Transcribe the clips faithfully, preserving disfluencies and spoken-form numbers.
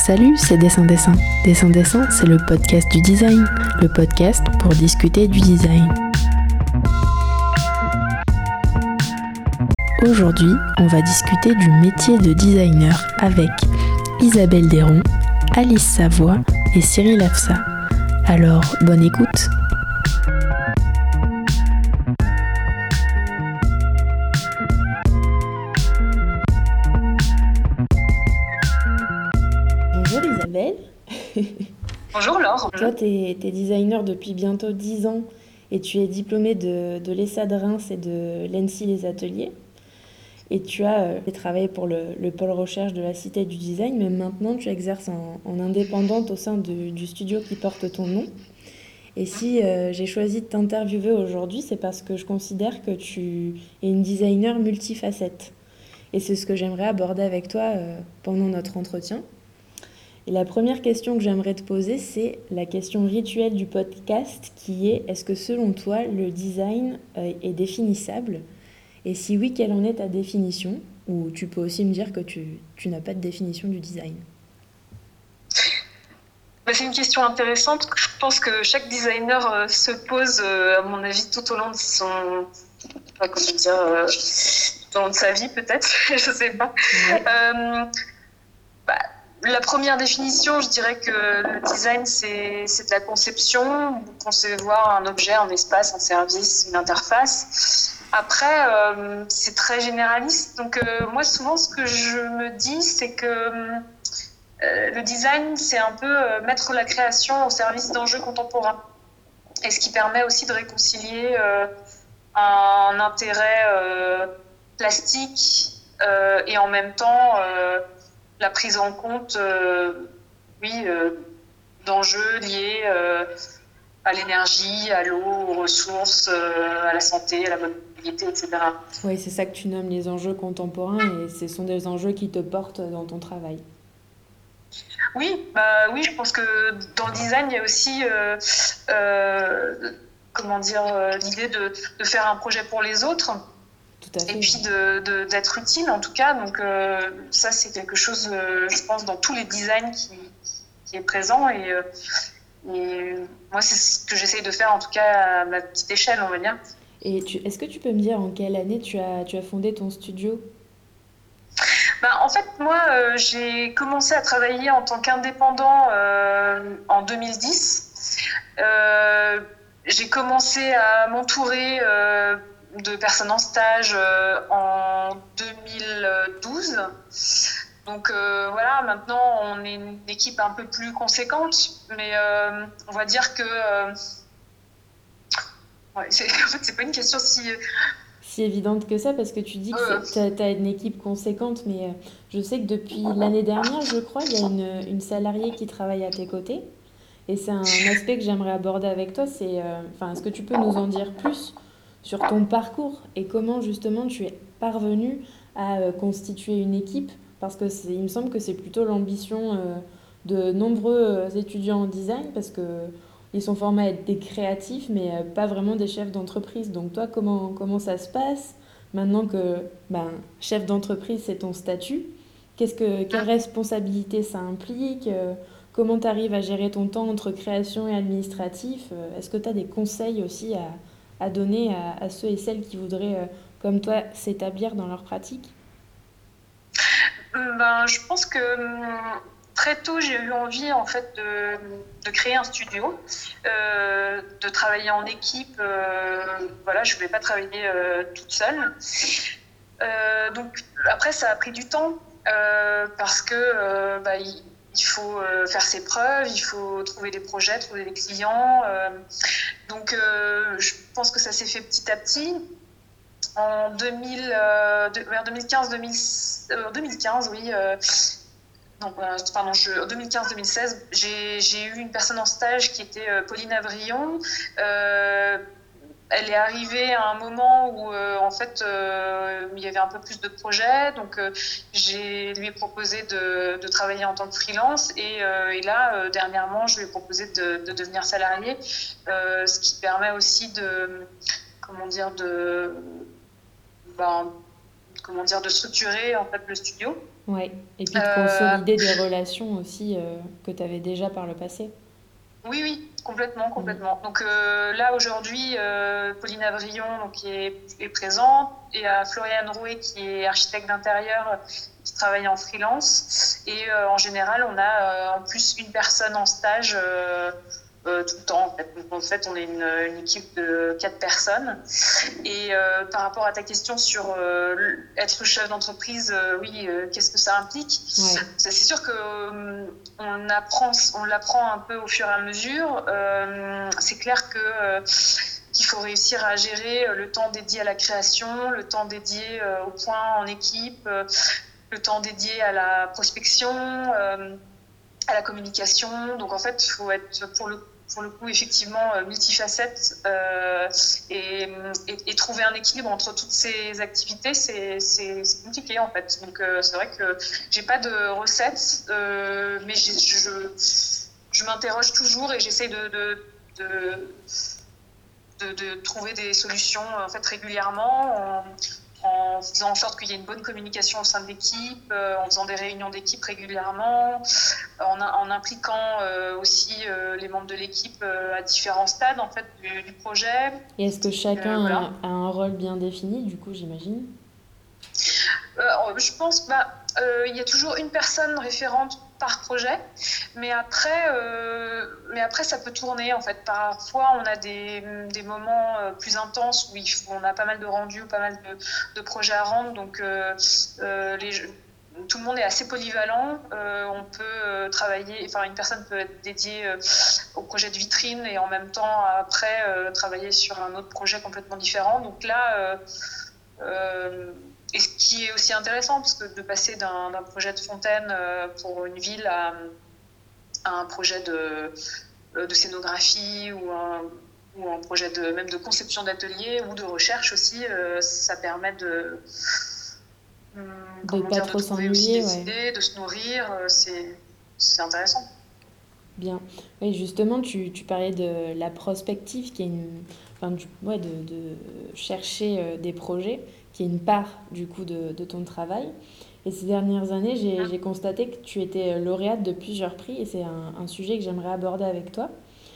Salut, c'est Dessin Dessin. Dessin Dessin, c'est le podcast du design, le podcast pour discuter du design. Aujourd'hui, on va discuter du métier de designer avec Isabelle Desron, Alice Savoie et Cyril Afsa. Alors, bonne écoute. Bonjour Isabelle. Bonjour Laure. Toi, tu es designer depuis bientôt dix ans et tu es diplômée de, de l'E S A de Reims et de l'E N S I Les Ateliers. Et tu as euh, travaillé pour le, le pôle recherche de la Cité du Design, mais maintenant tu exerces en, en indépendante au sein de, du studio qui porte ton nom. Et si euh, j'ai choisi de t'interviewer aujourd'hui, c'est parce que je considère que tu es une designer multifacette. Et c'est ce que j'aimerais aborder avec toi euh, pendant notre entretien. Et la première question que j'aimerais te poser, c'est la question rituelle du podcast qui est: est-ce que selon toi, le design euh, est définissable ? Et si oui, quelle en est ta définition ? Ou tu peux aussi me dire que tu, tu n'as pas de définition du design. Bah, c'est une question intéressante que je pense que chaque designer euh, se pose, euh, à mon avis, tout au long de son, enfin, comment dire, euh, tout au long de sa vie peut-être, je sais pas. Ouais. Euh, bah, la première définition, je dirais que le design, c'est, c'est de la conception, concevoir un objet, un espace, un service, une interface. Après, euh, c'est très généraliste. Donc, euh, moi, souvent, ce que je me dis, c'est que euh, le design, c'est un peu euh, mettre la création au service d'enjeux contemporains. Et ce qui permet aussi de réconcilier euh, un intérêt euh, plastique euh, et en même temps euh, la prise en compte, euh, oui, euh, d'enjeux liés euh, à l'énergie, à l'eau, aux ressources, euh, à la santé, à la mobilité, et cetera. Oui, c'est ça que tu nommes les enjeux contemporains et ce sont des enjeux qui te portent dans ton travail. Oui, bah oui, je pense que dans le design, il y a aussi, euh, euh, comment dire, euh, l'idée de, de faire un projet pour les autres. Tout à fait. Et puis de, de, d'être utile en tout cas. Donc euh, ça, c'est quelque chose, euh, je pense, dans tous les designs qui, qui est présent. Et, euh, et moi, c'est ce que j'essaye de faire en tout cas à ma petite échelle, on va dire. Et tu, est-ce que tu peux me dire en quelle année tu as, tu as fondé ton studio ? Ben, en fait, moi, euh, j'ai commencé à travailler en tant qu'indépendant euh, en deux mille dix. Euh, j'ai commencé à m'entourer euh, de personnes en stage euh, en deux mille douze. Donc euh, voilà, maintenant, on est une équipe un peu plus conséquente, mais euh, on va dire que... Euh, ouais, c'est, en fait, c'est pas une question si... Si évidente que ça, parce que tu dis que Euh, tu as une équipe conséquente, mais euh, je sais que depuis l'année dernière, je crois, il y a une, une salariée qui travaille à tes côtés. Et c'est un aspect que j'aimerais aborder avec toi, c'est, euh, enfin, est-ce que tu peux nous en dire plus sur ton parcours et comment justement tu es parvenu à euh, constituer une équipe ? Parce que c'est, il me semble que c'est plutôt l'ambition euh, de nombreux euh, étudiants en design, parce que ils sont formés à être des créatifs, mais euh, pas vraiment des chefs d'entreprise. Donc toi, comment, comment ça se passe maintenant que ben, chef d'entreprise, c'est ton statut ? Qu'est-ce que, quelle responsabilité ça implique ? euh, Comment tu arrives à gérer ton temps entre création et administratif ? Est-ce que tu as des conseils aussi à, à donner à, à ceux et celles qui voudraient, euh, comme toi, s'établir dans leur pratique ? Ben, je pense que très tôt, j'ai eu envie en fait de, de créer un studio, euh, de travailler en équipe. Euh, voilà, je voulais pas travailler euh, toute seule. Euh, donc après, ça a pris du temps euh, parce que euh, bah, il, il faut euh, faire ses preuves, il faut trouver des projets, trouver des clients. Euh, donc euh, je pense que ça s'est fait petit à petit. En deux mille, euh, de, vers deux mille quinze, deux mille, euh, deux mille quinze, oui. Euh, non, euh, pardon, je, deux mille quinze deux mille seize, j'ai, j'ai eu une personne en stage qui était euh, Pauline Avrillon. Euh, elle est arrivée à un moment où, euh, en fait, euh, il y avait un peu plus de projets. Donc, euh, j'ai lui ai proposé de, de travailler en tant que freelance. Et, euh, et là, euh, dernièrement, je lui ai proposé de, de devenir salarié, euh, ce qui permet aussi de, comment dire, de... Ben, comment dire, de structurer en fait le studio. Ouais. Et puis de Euh, consolider des relations aussi euh, que tu avais déjà par le passé. Oui, oui, complètement, Mm. complètement. Donc euh, là, aujourd'hui, euh, Pauline Avrillon donc, qui est, est présente, et à Floriane Rouet, qui est architecte d'intérieur, qui travaille en freelance. Et euh, en général, on a euh, en plus une personne en stage euh, euh, tout le temps. En fait. Donc, en fait, on est une, une équipe de quatre personnes. Et euh, par rapport à ta question sur euh, être chef d'entreprise, euh, oui, euh, qu'est-ce que ça implique? Ouais. C'est sûr que euh, on apprend, on l'apprend un peu au fur et à mesure. Euh, c'est clair que euh, qu'il faut réussir à gérer le temps dédié à la création, le temps dédié euh, au point en équipe, euh, le temps dédié à la prospection, euh, à la communication. Donc en fait, il faut être pour le pour le coup effectivement euh, multifacette euh, et, et, et trouver un équilibre entre toutes ces activités, c'est c'est c'est compliqué en fait. Donc euh, c'est vrai que j'ai pas de recette, euh, mais je je, je m'interroge toujours et j'essaie de de, de de, de trouver des solutions en fait régulièrement en, en faisant en sorte qu'il y ait une bonne communication au sein de l'équipe, euh, en faisant des réunions d'équipe régulièrement, en, en impliquant euh, aussi euh, les membres de l'équipe euh, à différents stades en fait du, du projet. Et est-ce que Euh, voilà. chacun a, a un rôle bien défini, du coup, j'imagine? Euh, je pense qu'il bah, euh, y a toujours une personne référente par projet, mais après, euh, mais après ça peut tourner en fait. Parfois, on a des, des moments euh, plus intenses où il faut, on a pas mal de rendus, pas mal de, de projets à rendre, donc euh, euh, les, tout le monde est assez polyvalent. Euh, on peut euh, travailler, enfin une personne peut être dédiée euh, au projet de vitrine et en même temps après euh, travailler sur un autre projet complètement différent. Donc là, euh, euh, et ce qui est aussi intéressant, parce que de passer d'un, d'un projet de fontaine euh, pour une ville à, à un projet de, de scénographie ou un, ou un projet de, même de conception d'atelier ou de recherche aussi, euh, ça permet de, hum, De comment pas dire, de trop trouver aussi s'ennuyer, des ouais. idées, de se nourrir, euh, c'est, c'est intéressant. Bien. Oui, justement, tu, tu parlais de la prospective, qui est une, enfin, du- ouais, de, de chercher euh, des projets, qui est une part du coup de, de ton travail. Et ces dernières années, j'ai, j'ai constaté que tu étais euh, lauréate de plusieurs prix, et c'est un, un sujet que j'aimerais aborder avec toi.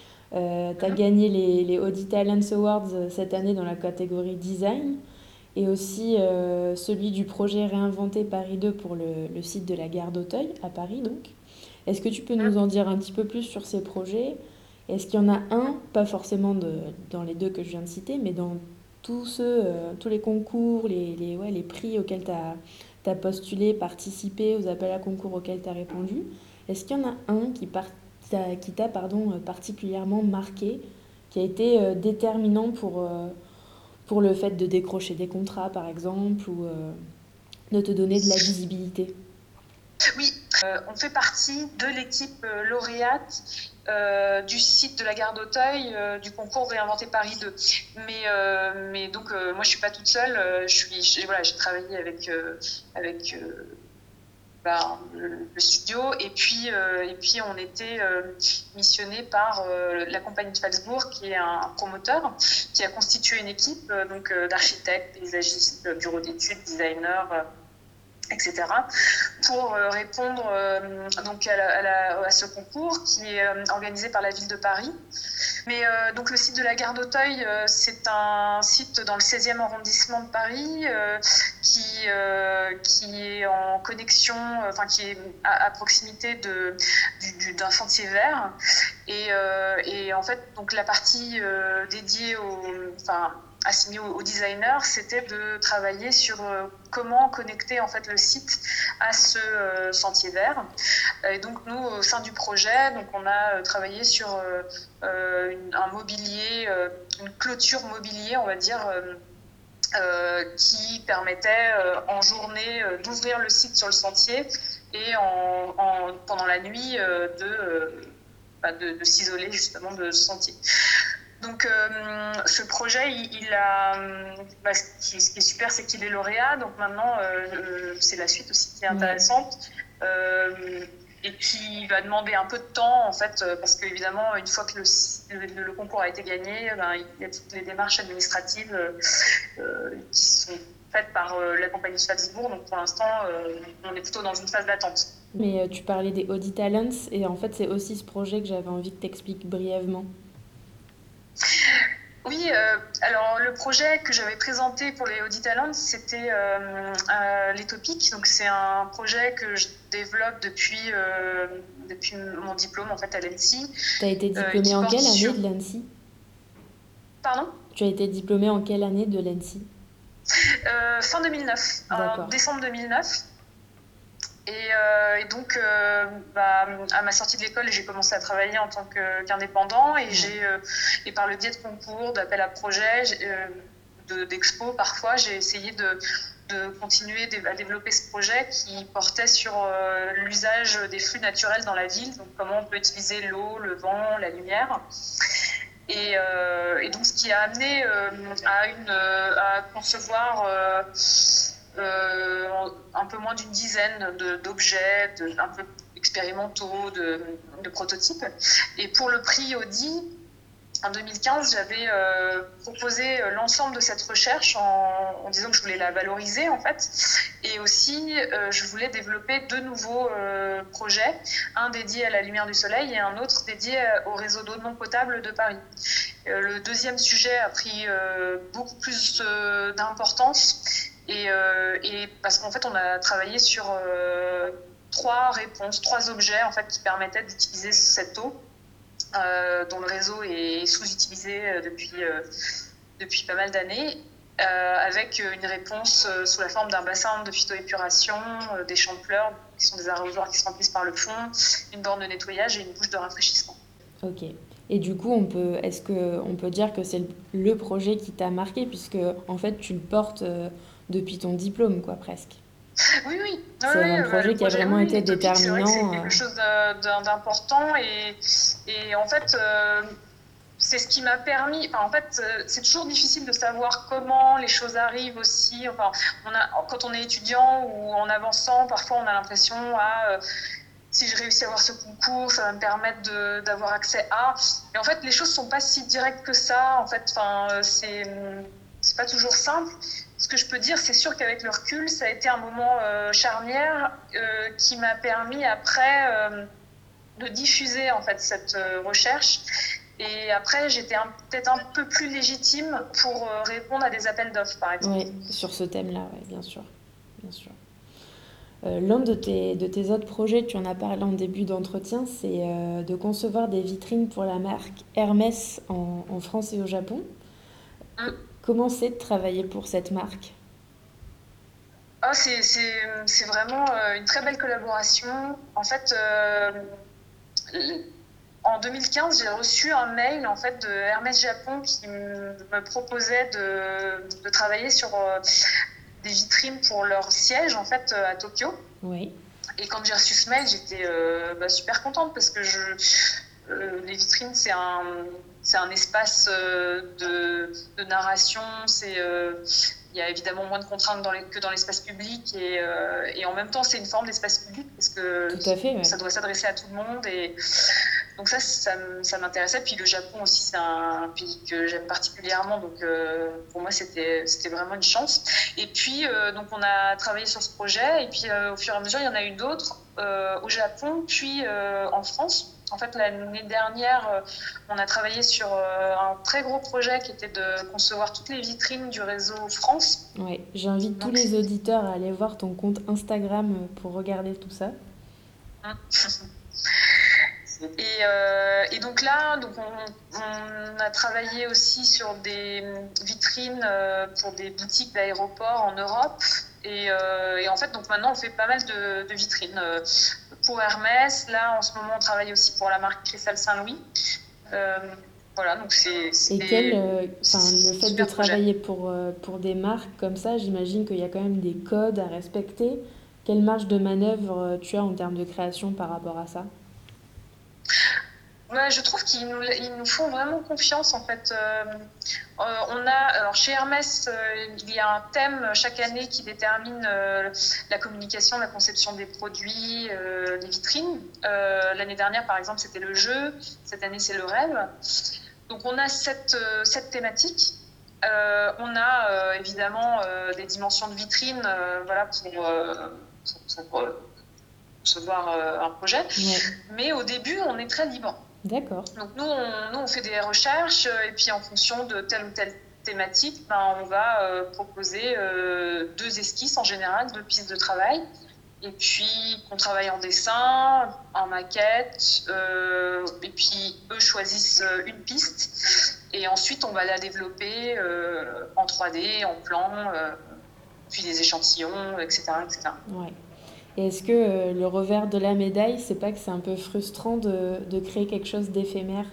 Euh, tu as gagné les, les Audi Talents Awards euh, cette année dans la catégorie design, et aussi euh, celui du projet Réinventer Paris deux pour le, le site de la gare d'Auteuil, à Paris donc. Est-ce que tu peux nous en dire un petit peu plus sur ces projets? Est-ce qu'il y en a un, pas forcément de, dans les deux que je viens de citer, mais dans tous ceux, euh, tous les concours, les, les, ouais, les prix auxquels tu as postulé, participé, aux appels à concours auxquels tu as répondu? Est-ce qu'il y en a un qui, par, t'a, qui t'a pardon, particulièrement marqué, qui a été euh, déterminant pour, euh, pour le fait de décrocher des contrats, par exemple, ou euh, de te donner de la visibilité? Oui, euh, on fait partie de l'équipe euh, lauréate euh, du site de la gare d'Auteuil euh, du concours Réinventer Paris deux. Mais, euh, mais donc, euh, moi, je suis pas toute seule. Euh, je suis, j'ai, voilà, j'ai travaillé avec, euh, avec euh, ben, le, le studio et puis, euh, et puis on était euh, missionné par euh, la compagnie de Falsbourg, qui est un, un promoteur, qui a constitué une équipe euh, donc, euh, d'architectes, paysagistes, bureaux d'études, designers, euh, et cetera, pour euh, répondre euh, donc à, la, à, la, à ce concours qui est euh, organisé par la ville de Paris. Mais euh, donc le site de la gare d'Auteuil, euh, c'est un site dans le seizième arrondissement de Paris euh, qui, euh, qui est en connexion, enfin qui est à, à proximité de, du, du, d'un sentier vert. Et, euh, et en fait, donc la partie euh, dédiée au, enfin, assigné aux, aux designers, c'était de travailler sur euh, comment connecter en fait le site à ce euh, sentier vert. Et donc nous, au sein du projet, donc on a euh, travaillé sur euh, euh, une, un mobilier, euh, une clôture mobilier, on va dire. Euh, euh, qui permettait euh, en journée euh, d'ouvrir le site sur le sentier et en, en, pendant la nuit euh, de, euh, bah, de, de s'isoler justement de ce sentier. Donc euh, ce projet, il, il a, bah, ce, qui, ce qui est super, c'est qu'il est lauréat. Donc maintenant, euh, c'est la suite aussi qui est Ouais. intéressante. Euh, et qui va demander un peu de temps, en fait, parce qu'évidemment, une fois que le, le, le concours a été gagné, ben, il y a toutes les démarches administratives euh, qui sont faite par euh, la compagnie Salzbourg. Donc pour l'instant, euh, on est plutôt dans une phase d'attente. Mais euh, tu parlais des Audi Talents et en fait c'est aussi ce projet que j'avais envie que tu expliques brièvement. Oui, euh, alors le projet que j'avais présenté pour les Audi Talents, c'était euh, euh, les Topics. Donc c'est un projet que je développe depuis, euh, depuis mon diplôme en fait à l'E N S I. Tu as été euh, et diplômée qui en porte quelle année sur... de l'A N S I? Pardon? Tu as été diplômée en quelle année de l'A N S I? Euh, fin deux mille neuf, en D'accord. décembre deux mille neuf. Et, euh, et donc, euh, bah, à ma sortie de l'école, j'ai commencé à travailler en tant que, qu'indépendant et, Ouais. j'ai, euh, et par le biais de concours, d'appels à projets, euh, de, d'expos parfois, j'ai essayé de, de continuer à développer ce projet qui portait sur euh, l'usage des flux naturels dans la ville, donc comment on peut utiliser l'eau, le vent, la lumière. Et, euh, et donc, ce qui a amené euh, à, une, à concevoir euh, euh, un peu moins d'une dizaine de, d'objets, de, un peu expérimentaux, de, de prototypes. Et pour le prix Audi, en deux mille quinze, j'avais euh, proposé l'ensemble de cette recherche en, en disant que je voulais la valoriser en fait, et aussi euh, je voulais développer deux nouveaux euh, projets, un dédié à la lumière du soleil et un autre dédié au réseau d'eau non potable de Paris. Euh, le deuxième sujet a pris euh, beaucoup plus euh, d'importance et, euh, et parce qu'en fait on a travaillé sur euh, trois réponses, trois objets en fait qui permettaient d'utiliser cette eau. Euh, dont le réseau est sous-utilisé depuis, euh, depuis pas mal d'années, euh, avec une réponse euh, sous la forme d'un bassin de phytoépuration, euh, des champs de fleurs, qui sont des arrosoirs qui se remplissent par le fond, une borne de nettoyage et une bouche de rafraîchissement. Ok. Et du coup, on peut, est-ce qu'on peut dire que c'est le projet qui t'a marqué, puisque en fait, tu le portes euh, depuis ton diplôme, quoi, presque. Oui, oui, C'est oui, un bah, projet le qui a projet, vraiment oui, été les topics, c'est vrai que c'est déterminant. quelque euh. chose d'important et, et en fait, euh, c'est ce qui m'a permis. Enfin, en fait, c'est toujours difficile de savoir comment les choses arrivent aussi. Enfin, on a, quand on est étudiant ou en avançant, parfois on a l'impression ah, euh, si je réussis à avoir ce concours, ça va me permettre de, d'avoir accès à. Et en fait, les choses sont pas si directes que ça. En fait, enfin, c'est c'est pas toujours simple. Ce que je peux dire, c'est sûr qu'avec le recul, ça a été un moment euh, charnière euh, qui m'a permis après euh, de diffuser en fait cette euh, recherche. Et après, j'étais un, peut-être un peu plus légitime pour euh, répondre à des appels d'offres, par exemple. Oui, sur ce thème-là, ouais, bien sûr. Bien sûr. Euh, l'un de tes, de tes autres projets, tu en as parlé en début d'entretien, c'est euh, de concevoir des vitrines pour la marque Hermès en, en France et au Japon. Co- Hum. comment c'est de travailler pour cette marque? Ah, c'est, c'est, c'est vraiment euh, une très belle collaboration. En fait, euh, en deux mille quinze, j'ai reçu un mail en fait, de Hermès Japon qui me proposait de, de travailler sur euh, des vitrines pour leur siège en fait, à Tokyo. Oui. Et quand j'ai reçu ce mail, j'étais euh, bah, super contente parce que je, euh, les vitrines, c'est un, c'est un espace euh, de, de narration. C'est, euh, il y a évidemment moins de contraintes dans les, que dans l'espace public. Et, euh, et en même temps, c'est une forme d'espace public parce que Tout à fait, ouais. ça doit s'adresser à tout le monde. Et donc ça, ça, ça m'intéressait. Puis le Japon aussi, c'est un pays que j'aime particulièrement. Donc euh, pour moi, c'était, c'était vraiment une chance. Et puis, euh, donc on a travaillé sur ce projet. Et puis, euh, au fur et à mesure, il y en a eu d'autres euh, au Japon, puis euh, en France. En fait, l'année dernière, euh, on a travaillé sur euh, un très gros projet qui était de concevoir toutes les vitrines du réseau France. Ouais, j'invite tous Donc, les auditeurs à aller voir ton compte Instagram pour regarder tout ça. Et, euh, et donc là, donc on, on a travaillé aussi sur des vitrines euh, pour des boutiques d'aéroports en Europe. Et, euh, et en fait, donc maintenant, on fait pas mal de, de vitrines euh, pour Hermès. Là, en ce moment, on travaille aussi pour la marque Cristal Saint-Louis. Euh, voilà, donc c'est, c'est Et des quel, euh, enfin, le fait de super projets. travailler pour, euh, pour des marques comme ça, j'imagine qu'il y a quand même des codes à respecter. Quelle marge de manœuvre euh, tu as en termes de création par rapport à ça? Ouais, je trouve qu'ils nous, ils nous font vraiment confiance en fait. Euh, euh, on a, alors chez Hermès, euh, il y a un thème chaque année qui détermine euh, la communication, la conception des produits, euh, les vitrines. Euh, l'année dernière, par exemple, c'était le jeu. Cette année, c'est le rêve. Donc on a cette, euh, cette thématique. Euh, on a euh, évidemment euh, des dimensions de vitrine euh, voilà, pour, euh, pour, pour, euh, concevoir euh, un projet. Ouais. Mais au début, on est très libre. D'accord. Donc nous on, nous, on fait des recherches euh, et puis en fonction de telle ou telle thématique, ben, on va euh, proposer euh, deux esquisses en général, deux pistes de travail. Et puis qu'on travaille en dessin, en maquette, euh, et puis eux choisissent une piste, et ensuite on va la développer euh, en trois D, en plan, euh, puis des échantillons, et cetera, et cetera. Ouais. Et est-ce que euh, le revers de la médaille, c'est pas que c'est un peu frustrant de, de créer quelque chose d'éphémère?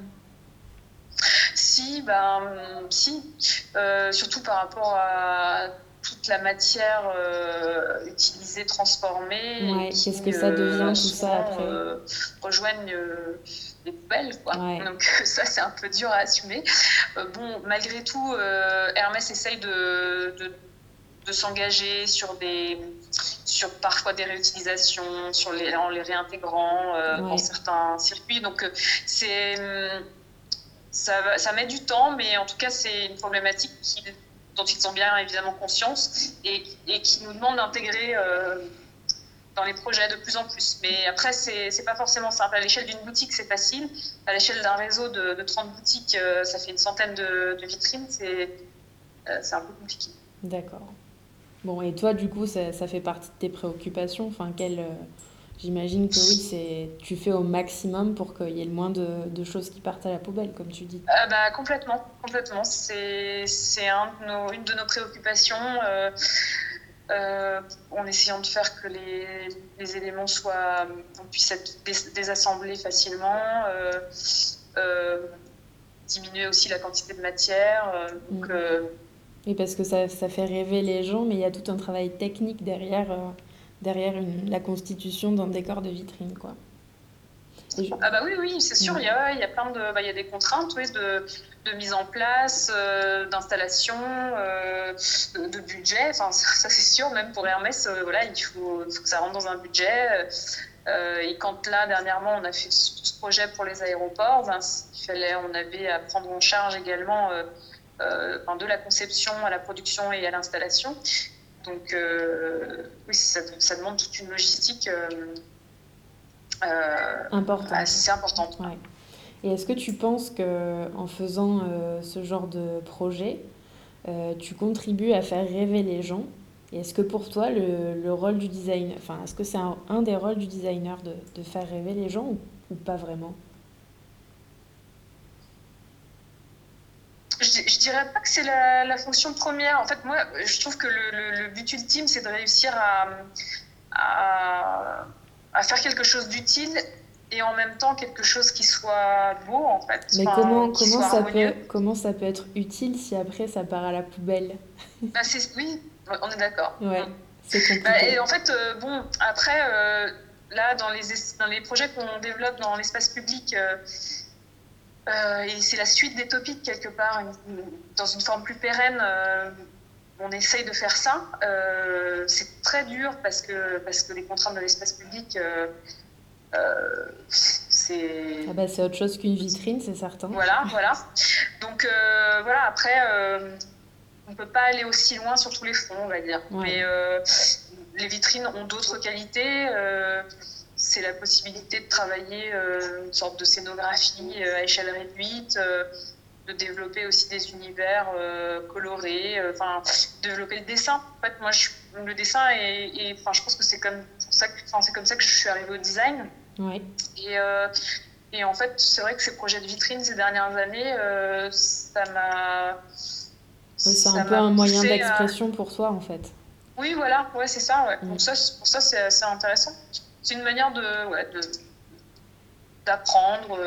Si, ben, si, euh, surtout par rapport à toute la matière euh, utilisée, transformée, et Ouais, qu'est-ce que qui ça euh, devient tout ça souvent après? euh, rejoignent euh, les poubelles, quoi. Ouais. Donc ça, c'est un peu dur à assumer. Euh, bon, malgré tout, euh, Hermès essaye de, de, de s'engager sur des, sur parfois des réutilisations, sur les, en les réintégrant euh, Ouais. dans certains circuits. Donc c'est ça, va, ça met du temps, mais en tout cas, c'est une problématique qui, dont ils ont bien évidemment conscience et, et qui nous demande d'intégrer euh, dans les projets de plus en plus. Mais après, c'est, c'est pas forcément simple. À l'échelle d'une boutique, c'est facile. À l'échelle d'un réseau de, de trente boutiques, euh, ça fait une centaine de, de vitrines, c'est, euh, c'est un peu compliqué. D'accord. Bon, et toi, du coup, ça, ça fait partie de tes préoccupations. Enfin, quelle, euh, j'imagine que oui, c'est, tu fais au maximum pour qu'il y ait le moins de, de choses qui partent à la poubelle, comme tu dis. Euh, bah, complètement, complètement. C'est, c'est un de nos, une de nos préoccupations. Euh, Euh, en essayant de faire que les, les éléments soient, on puisse être dés- désassemblés facilement, euh, euh, diminuer aussi la quantité de matière. Euh, donc, Mm. euh, Oui, parce que ça, ça fait rêver les gens, mais il y a tout un travail technique derrière, euh, derrière une, la constitution d'un décor de vitrine, quoi. Et je- ah bah oui, oui, c'est sûr, Mm. il y a, il y a plein de, bah, il y a des contraintes, oui, de, de mise en place, euh, d'installation, euh, de, de budget. Enfin, ça, ça, c'est sûr, même pour Hermès, euh, voilà, il faut, il faut que ça rentre dans un budget. Euh, et quand là, dernièrement, on a fait ce, ce projet pour les aéroports, ben, il fallait, on avait à prendre en charge également euh, euh, ben, de la conception à la production et à l'installation. Donc, euh, oui, ça, ça demande toute une logistique euh, euh, Importante. assez importante. Ouais. Et est-ce que tu penses que en faisant euh, ce genre de projet, euh, tu contribues à faire rêver les gens? Et est-ce que pour toi, le, le rôle du designer, enfin, est-ce que c'est un, un des rôles du designer de, de faire rêver les gens ou, ou pas vraiment? Je, je dirais pas que c'est la, la fonction première. En fait, moi, je trouve que le, le, le but ultime, c'est de réussir à, à, à faire quelque chose d'utile et en même temps quelque chose qui soit beau, en fait, Mais enfin, comment, qui comment, soit ça harmonieux. peut, comment ça peut être utile si après ça part à la poubelle? Bah, c'est, oui, on est d'accord. Ouais, c'est Bah, et compliqué. en fait, euh, bon, après, euh, là, dans les, dans les projets qu'on développe dans l'espace public, euh, euh, et c'est la suite des topics quelque part, une, dans une forme plus pérenne, euh, on essaye de faire ça. Euh, c'est très dur parce que, parce que les contraintes de l'espace public, euh, euh, c'est... Ah bah c'est autre chose qu'une vitrine, c'est certain. Voilà, voilà. Donc, euh, voilà, après... Euh, on ne peut pas aller aussi loin sur tous les fronts, on va dire. Ouais. Mais euh, les vitrines ont d'autres qualités. Euh, c'est la possibilité de travailler euh, une sorte de scénographie euh, à échelle réduite, euh, de développer aussi des univers euh, colorés, enfin, euh, développer le dessin. En fait, moi, je, le dessin, et enfin, je pense que c'est comme, ça que, c'est comme ça que je suis arrivée au design. Ouais. Et, euh, et en fait, c'est vrai que ces projets de vitrine ces dernières années, euh, ça m'a... Oui, c'est un peu un moyen d'expression à... pour toi, en fait. Oui, voilà, ouais, c'est ça. Ouais. Mm. Donc ça, pour ça, c'est assez intéressant. C'est une manière de, ouais, de, d'apprendre,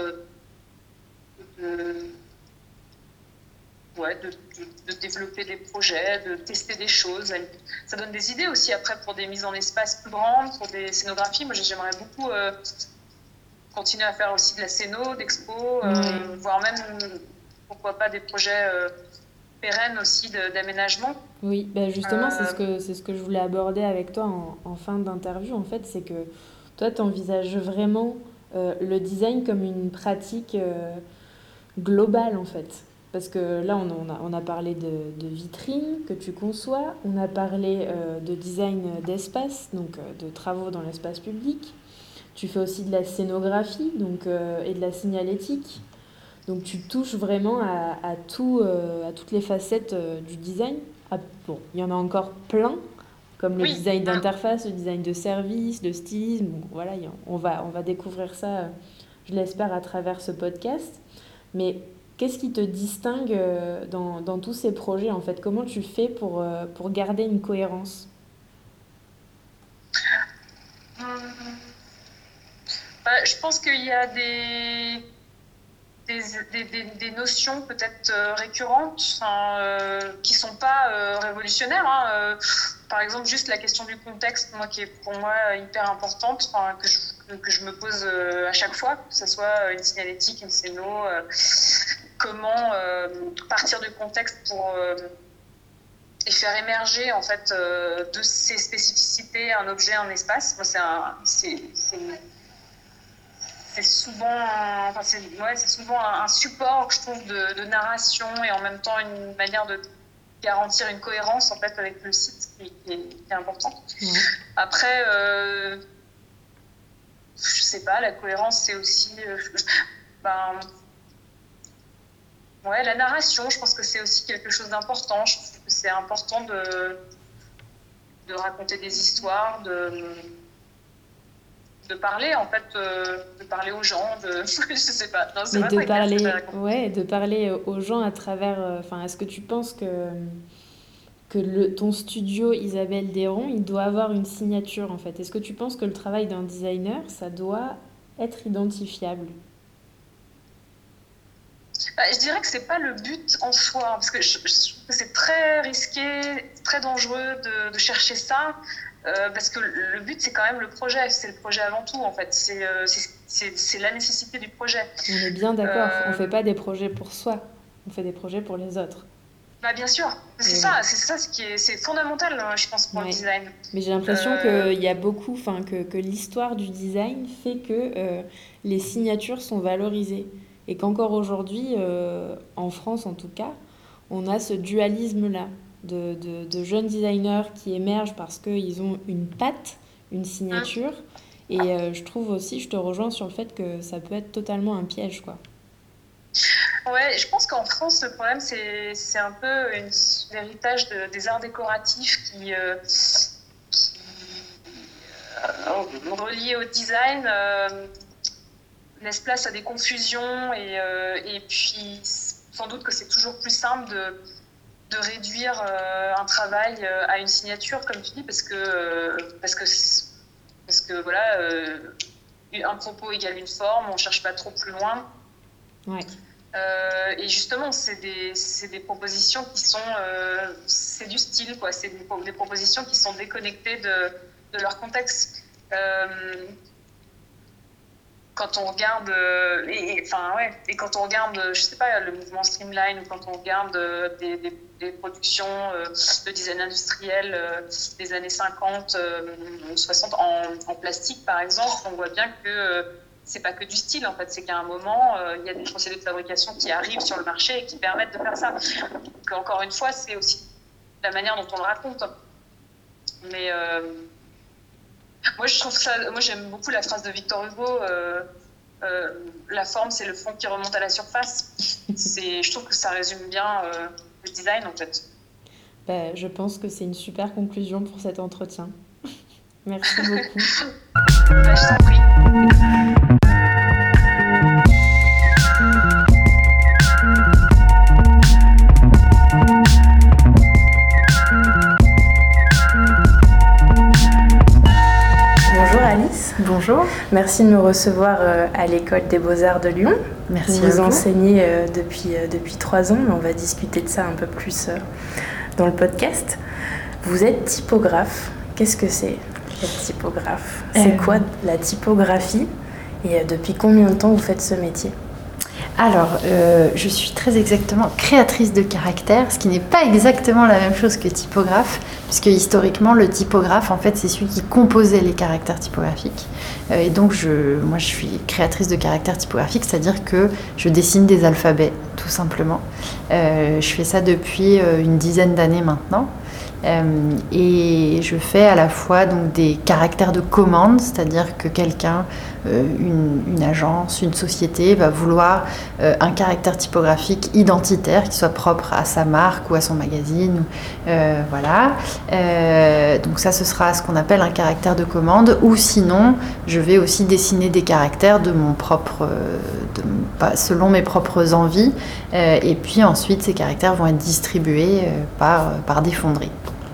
de, ouais, de, de, de développer des projets, de tester des choses. Ça donne des idées aussi après pour des mises en espace plus grandes, pour des scénographies. Moi, j'aimerais beaucoup euh, continuer à faire aussi de la scéno, d'expo, euh, mm. voire même, pourquoi pas, des projets... Euh, pérenne aussi de, d'aménagement. Oui, bah justement, euh... c'est, ce que, c'est ce que je voulais aborder avec toi en, en fin d'interview, en fait, c'est que toi, tu envisages vraiment euh, le design comme une pratique euh, globale, en fait. Parce que là, on, on a, on a parlé de, de vitrines que tu conçois, on a parlé euh, de design d'espace, donc euh, de travaux dans l'espace public. Tu fais aussi de la scénographie donc, euh, et de la signalétique. Donc tu touches vraiment à, à, tout, euh, à toutes les facettes euh, du design. Ah, bon, il y en a encore plein, comme le Oui. design d'interface, le design de service, le stylisme. Bon, voilà, on va, on va découvrir ça, euh, je l'espère, à travers ce podcast. Mais qu'est-ce qui te distingue euh, dans, dans tous ces projets, en fait? Comment tu fais pour, euh, pour garder une cohérence? Hum, bah, je pense qu'il y a des, des, des, des, des notions peut-être euh, récurrentes hein, euh, qui ne sont pas euh, révolutionnaires. Hein, euh, par exemple, juste la question du contexte, moi, qui est pour moi hyper importante, enfin, que, je, que, que je me pose euh, à chaque fois, que ce soit une signalétique, une scéno, euh, comment euh, partir du contexte pour... Euh, et faire émerger en fait euh, de ces spécificités un objet, un espace. Moi, c'est un, c'est, c'est, c'est souvent, un, enfin, c'est, ouais, c'est souvent un, un support que je trouve de, de narration et en même temps une manière de garantir une cohérence en fait avec le site qui, qui, est, qui est importante. Ouais. Après, euh, je sais pas, la cohérence c'est aussi, euh, ben, ouais, la narration, je pense que c'est aussi quelque chose d'important. Je trouve que c'est important de, de raconter des histoires, de, de parler en fait, de, de parler aux gens, de, je sais pas. Non, c'est Mais pas de parler, ouais, de parler aux gens à travers. Enfin, euh, est-ce que tu penses que que le, ton studio Isabelle Déron, il doit avoir une signature en fait? Est-ce que tu penses que le travail d'un designer, ça doit être identifiable? Bah, je dirais que c'est pas le but en soi, parce que je, je trouve que c'est très risqué, très dangereux de, de chercher ça, euh, parce que le but c'est quand même le projet, c'est le projet avant tout en fait, c'est, euh, c'est, c'est, c'est la nécessité du projet. On est bien d'accord, euh... on fait pas des projets pour soi, on fait des projets pour les autres. Bah bien sûr, c'est ça, c'est ça ce qui est, c'est fondamental, je pense, pour ouais. le design. Mais j'ai l'impression euh... qu'il y a beaucoup, enfin que, que l'histoire du design fait que euh, les signatures sont valorisées. Et qu'encore aujourd'hui, euh, en France en tout cas, on a ce dualisme-là de, de, de jeunes designers qui émergent parce qu'ils ont une patte, une signature. Et euh, je trouve aussi, je te rejoins sur le fait que ça peut être totalement un piège, quoi. Ouais, je pense qu'en France, le problème, c'est, c'est un peu une, l'héritage de, des arts décoratifs qui, euh, qui euh, reliés au design. Euh, laisse place à des confusions et, euh, et puis sans doute que c'est toujours plus simple de, de réduire euh, un travail euh, à une signature, comme tu dis, parce que, euh, parce que, parce que voilà, euh, un propos égale une forme, on ne cherche pas trop plus loin. Ouais. Euh, et justement, c'est des, c'est des propositions qui sont... Euh, c'est du style, quoi. C'est des, des propositions qui sont déconnectées de, de leur contexte. Euh, Quand on regarde, euh, et, et, enfin, ouais, et quand on regarde, je sais pas, le mouvement Streamline, ou quand on regarde euh, des, des, des productions euh, de design industriel euh, des années cinquante, euh, soixante en, en plastique par exemple, on voit bien que euh, c'est pas que du style en fait, c'est qu'à un moment, euh, il y a des procédés de fabrication qui arrivent sur le marché et qui permettent de faire ça. Donc, encore une fois, c'est aussi la manière dont on le raconte. Mais... Euh, Moi, je trouve ça, moi, j'aime beaucoup la phrase de Victor Hugo, euh, euh, la forme, c'est le fond qui remonte à la surface. C'est, je trouve que ça résume bien euh, le design, en fait. Bah, je pense que c'est une super conclusion pour cet entretien. Merci beaucoup. Bah, je t'en prie. Bonjour. Merci de me recevoir euh, à l'École des Beaux-Arts de Lyon. Merci. Vous, vous enseignez euh, depuis, euh, depuis trois ans, mais on va discuter de ça un peu plus euh, dans le podcast. Vous êtes typographe. Qu'est-ce que c'est, être typographe ? C'est euh... quoi la typographie ? Et euh, depuis combien de temps vous faites ce métier ? Alors, euh, je suis très exactement créatrice de caractère, ce qui n'est pas exactement la même chose que typographe, puisque historiquement, le typographe, en fait, c'est celui qui composait les caractères typographiques. Euh, et donc, je, moi, je suis créatrice de caractères typographiques, c'est-à-dire que je dessine des alphabets, tout simplement. Euh, je fais ça depuis euh, une dizaine d'années maintenant. Euh, et je fais à la fois donc, des caractères de commande, c'est-à-dire que quelqu'un, euh, une, une agence, une société va vouloir euh, un caractère typographique identitaire qui soit propre à sa marque ou à son magazine. Euh, voilà. Euh, donc ça, ce sera ce qu'on appelle un caractère de commande. Ou sinon, je vais aussi dessiner des caractères de mon propre, de, pas, selon mes propres envies. Euh, et puis ensuite, ces caractères vont être distribués euh, par, par des fonderies.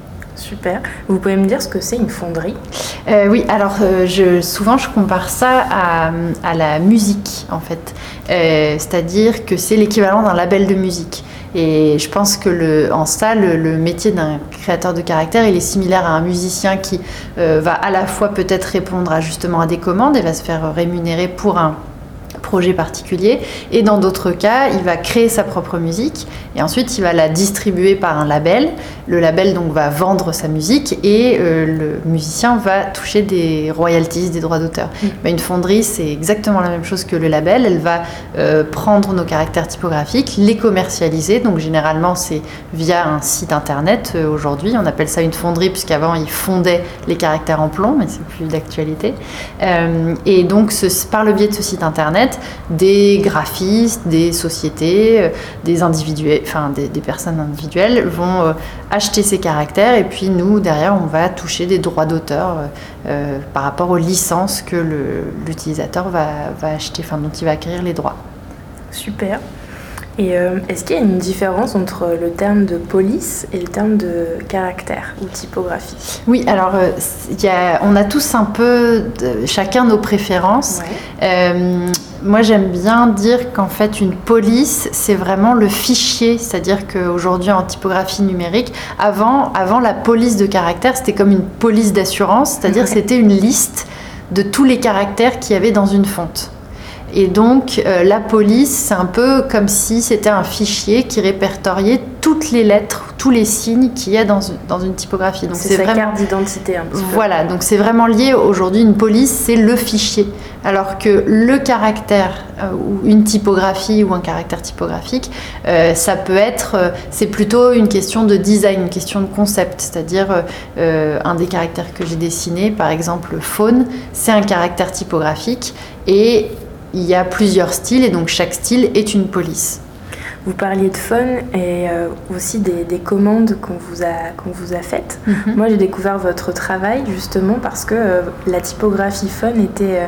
Super. Vous pouvez me dire ce que c'est une fonderie ? euh, Oui, alors euh, je, souvent je compare ça à, à la musique en fait. Euh, c'est-à-dire que c'est l'équivalent d'un label de musique. Et je pense que le, en ça, le, le métier d'un créateur de caractère, il est similaire à un musicien qui euh, va à la fois peut-être répondre à, justement à des commandes et va se faire rémunérer pour un projet particulier, et dans d'autres cas il va créer sa propre musique et ensuite il va la distribuer par un label. Le label donc va vendre sa musique et euh, le musicien va toucher des royalties, des droits d'auteur. Mmh. Mais une fonderie, c'est exactement la même chose que le label. Elle va euh, prendre nos caractères typographiques, les commercialiser, donc généralement c'est via un site internet. Euh, aujourd'hui on appelle ça une fonderie puisqu'avant ils fondaient les caractères en plomb, mais c'est plus d'actualité. Euh, et donc ce, par le biais de ce site internet, des graphistes, des sociétés, des individuels, enfin des, des personnes individuelles vont euh, acheter ces caractères et puis nous derrière on va toucher des droits d'auteur euh, par rapport aux licences que le, l'utilisateur va, va acheter, enfin dont il va acquérir les droits. Super. Et euh, est-ce qu'il y a une différence entre le terme de police et le terme de caractère ou typographie ? Oui, alors euh, y a, on a tous un peu de, chacun nos préférences. Ouais. Euh, moi j'aime bien dire qu'en fait une police c'est vraiment le fichier, c'est-à-dire qu'aujourd'hui en typographie numérique, avant, avant la police de caractère c'était comme une police d'assurance, c'est-à-dire ouais. C'était une liste de tous les caractères qu'il y avait dans une fonte. Et donc euh, la police, c'est un peu comme si c'était un fichier qui répertoriait toutes les lettres, tous les signes qu'il y a dans une, dans une typographie. Donc c'est, c'est sa vraiment... carte d'identité un petit peu. Voilà, donc c'est vraiment lié. Aujourd'hui, une police, c'est le fichier. Alors que le caractère, euh, ou une typographie ou un caractère typographique, euh, ça peut être, euh, c'est plutôt une question de design, une question de concept. C'est-à-dire, euh, un des caractères que j'ai dessiné, par exemple faune, c'est un caractère typographique et il y a plusieurs styles et donc chaque style est une police. Vous parliez de faune et euh, aussi des, des commandes qu'on vous a, qu'on vous a faites. Mm-hmm. Moi, j'ai découvert votre travail justement parce que euh, la typographie faune était euh,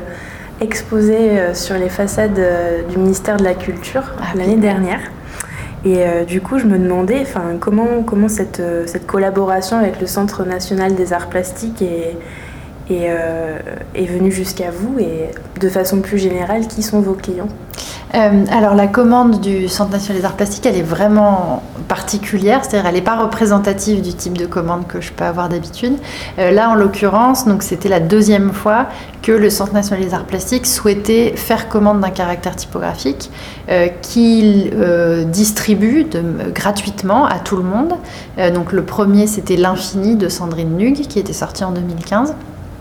exposée euh, sur les façades euh, du ministère de la Culture ah, l'année oui. dernière. Et euh, du coup, je me demandais comment, comment cette, euh, cette collaboration avec le Centre national des arts plastiques est, est, euh, est venue jusqu'à vous et de façon plus générale, qui sont vos clients ? Euh, alors la commande du Centre national des arts plastiques, elle est vraiment particulière, c'est-à-dire elle n'est pas représentative du type de commande que je peux avoir d'habitude. Euh, là en l'occurrence, donc c'était la deuxième fois que le Centre national des arts plastiques souhaitait faire commande d'un caractère typographique euh, qu'il euh, distribue de, gratuitement à tout le monde. Euh, donc le premier c'était L'Infini de Sandrine Nug qui était sorti en deux mille quinze.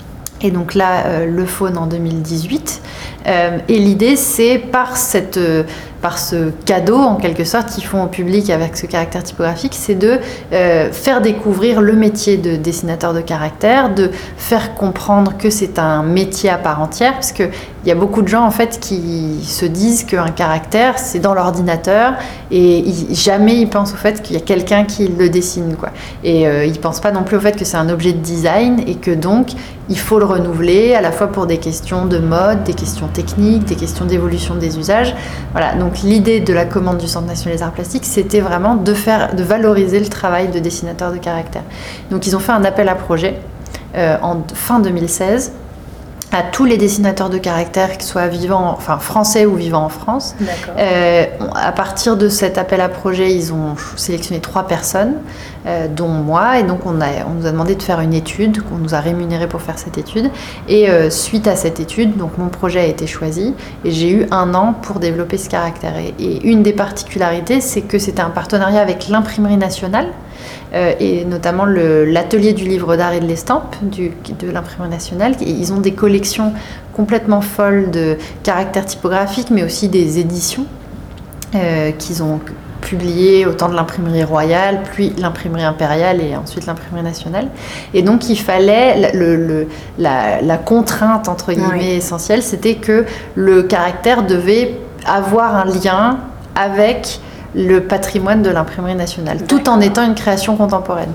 Et donc là, euh, le faune en deux mille dix-huit. Euh, et l'idée, c'est par, cette, euh, par ce cadeau, en quelque sorte, qu'ils font au public avec ce caractère typographique, c'est de euh, faire découvrir le métier de dessinateur de caractère, de faire comprendre que c'est un métier à part entière, parce qu'il y a beaucoup de gens, en fait, qui se disent qu'un caractère, c'est dans l'ordinateur, et ils, jamais ils pensent au fait qu'il y a quelqu'un qui le dessine, quoi. Et euh, ils ne pensent pas non plus au fait que c'est un objet de design, et que donc, il faut le renouveler, à la fois pour des questions de mode, des questions techniques, des questions d'évolution des usages. Voilà, donc l'idée de la commande du Centre national des arts plastiques, c'était vraiment de, faire, de valoriser le travail de dessinateur de caractère. Donc ils ont fait un appel à projet euh, en fin deux mille seize. à tous les dessinateurs de caractères, qu'ils soient vivants, enfin français ou vivant en France. D'accord. Euh, à partir de cet appel à projet, ils ont sélectionné trois personnes, euh, dont moi, et donc on, a, on nous a demandé de faire une étude, qu'on nous a rémunéré pour faire cette étude. Et euh, suite à cette étude, donc mon projet a été choisi et j'ai eu un an pour développer ce caractère. Et, et une des particularités, c'est que c'était un partenariat avec l'Imprimerie nationale. Euh, et notamment le, l'atelier du livre d'art et de l'estampe du, de l'Imprimerie nationale. Et ils ont des collections complètement folles de caractères typographiques, mais aussi des éditions euh, qu'ils ont publiées au temps de l'Imprimerie royale, puis l'Imprimerie impériale et ensuite l'Imprimerie nationale. Et donc il fallait, le, le, la, la contrainte entre guillemets oui. essentielle, c'était que le caractère devait avoir un lien avec le patrimoine de l'Imprimerie nationale, D'accord. tout en étant une création contemporaine.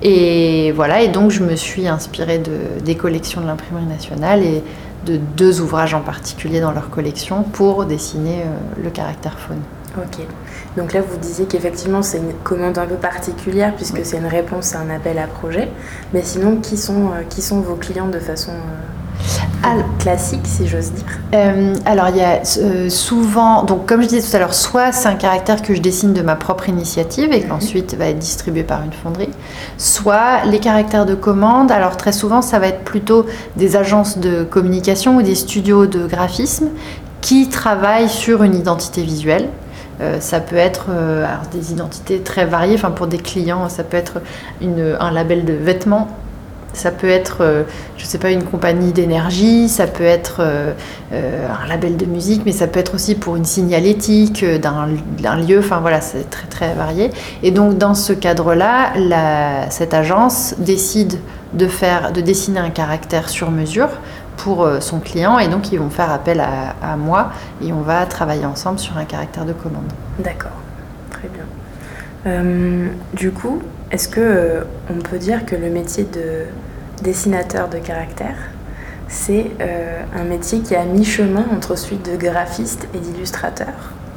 Et voilà, et donc je me suis inspirée de, des collections de l'Imprimerie nationale et de deux ouvrages en particulier dans leur collection pour dessiner euh, le caractère faune. Ok, donc là vous disiez qu'effectivement c'est une commande un peu particulière puisque oui. c'est une réponse à un appel à projet, mais sinon qui sont, euh, qui sont vos clients de façon... Euh... Alors, classique, si j'ose dire. Euh, alors, il y a euh, souvent, donc comme je disais tout à l'heure, soit c'est un caractère que je dessine de ma propre initiative et qu'ensuite va être distribué par une fonderie, soit les caractères de commande. Alors, très souvent, ça va être plutôt des agences de communication ou des studios de graphisme qui travaillent sur une identité visuelle. Euh, ça peut être euh, alors, des identités très variées. Enfin, pour des clients, ça peut être une, un label de vêtements. Ça peut être, euh, je ne sais pas, une compagnie d'énergie, ça peut être euh, euh, un label de musique, mais ça peut être aussi pour une signalétique d'un, d'un lieu, enfin voilà, c'est très très varié. Et donc dans ce cadre-là, la, cette agence décide de, faire, de dessiner un caractère sur mesure pour euh, son client, et donc ils vont faire appel à, à moi et on va travailler ensemble sur un caractère de commande. D'accord, très bien. Euh, du coup, est-ce que euh, on peut dire que le métier de dessinateur de caractère, c'est euh, un métier qui est à mi-chemin entre celui de graphiste et d'illustrateur ?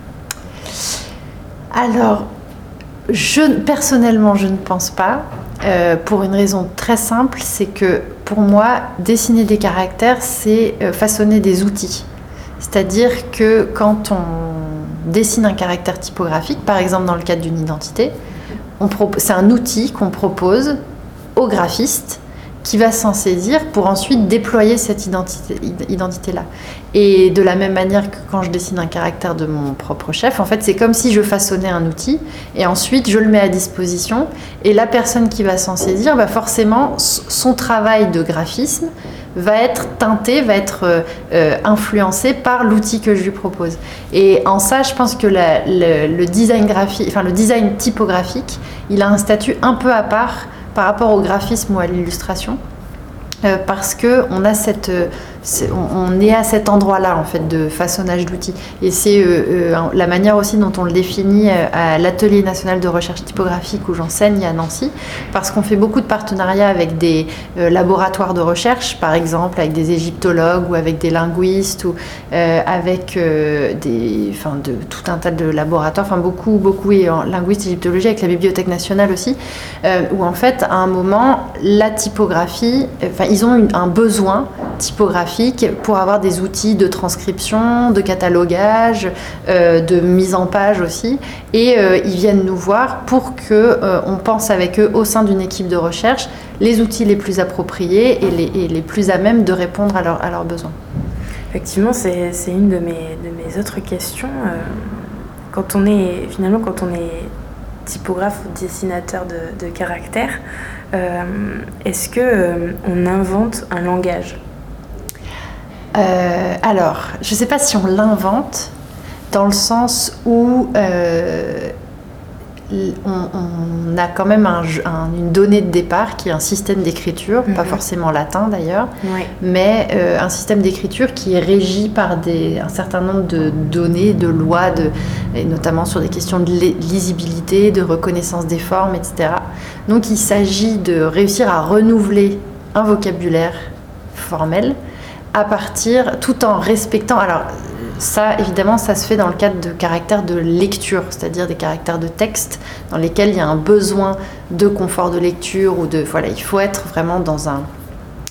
Alors, je, personnellement, je ne pense pas, euh, pour une raison très simple, c'est que pour moi, dessiner des caractères, c'est euh, façonner des outils. C'est-à-dire que quand on dessine un caractère typographique, par exemple dans le cadre d'une identité, on pro- c'est un outil qu'on propose au graphiste qui va s'en saisir pour ensuite déployer cette identité, identité-là. Et de la même manière que quand je dessine un caractère de mon propre chef, en fait, c'est comme si je façonnais un outil et ensuite je le mets à disposition et la personne qui va s'en saisir, bah forcément, son travail de graphisme va être teinté, va être euh, influencé par l'outil que je lui propose. Et en ça, je pense que la, le, le design graphique, enfin le design typographique, il a un statut un peu à part par rapport au graphisme ou à l'illustration, euh, parce que on a cette, euh, c'est, on, on est à cet endroit-là en fait de façonnage d'outils. Et c'est euh, euh, la manière aussi dont on le définit euh, à l'Atelier national de recherche typographique où j'enseigne à Nancy, parce qu'on fait beaucoup de partenariats avec des euh, laboratoires de recherche, par exemple avec des égyptologues ou avec des linguistes ou euh, avec euh, des, enfin de tout un tas de laboratoires, enfin beaucoup, beaucoup et en linguistes, égyptologie, avec la Bibliothèque nationale aussi, euh, où en fait à un moment la typographie, enfin ils ont une, un besoin typographique pour avoir des outils de transcription, de catalogage, euh, de mise en page aussi. Et euh, ils viennent nous voir pour qu'on euh, pense avec eux au sein d'une équipe de recherche les outils les plus appropriés et les, et les plus à même de répondre à, leur, à leurs besoins. Effectivement, c'est, c'est une de mes, de mes autres questions. Euh, quand on est, finalement, quand on est typographe ou dessinateur de, de caractère, euh, est-ce qu'on euh, invente un langage ? Euh, alors, je ne sais pas si on l'invente, dans le sens où euh, on, on a quand même un, un, une donnée de départ qui est un système d'écriture, mmh. pas forcément latin d'ailleurs, ouais. mais euh, un système d'écriture qui est régi par des, un certain nombre de données, de lois, de, et notamment sur des questions de lisibilité, de reconnaissance des formes, et cetera. Donc il s'agit de réussir à renouveler un vocabulaire formel à partir, tout en respectant, alors ça évidemment ça se fait dans le cadre de caractères de lecture, c'est-à-dire des caractères de texte dans lesquels il y a un besoin de confort de lecture ou de, voilà, il faut être vraiment dans un,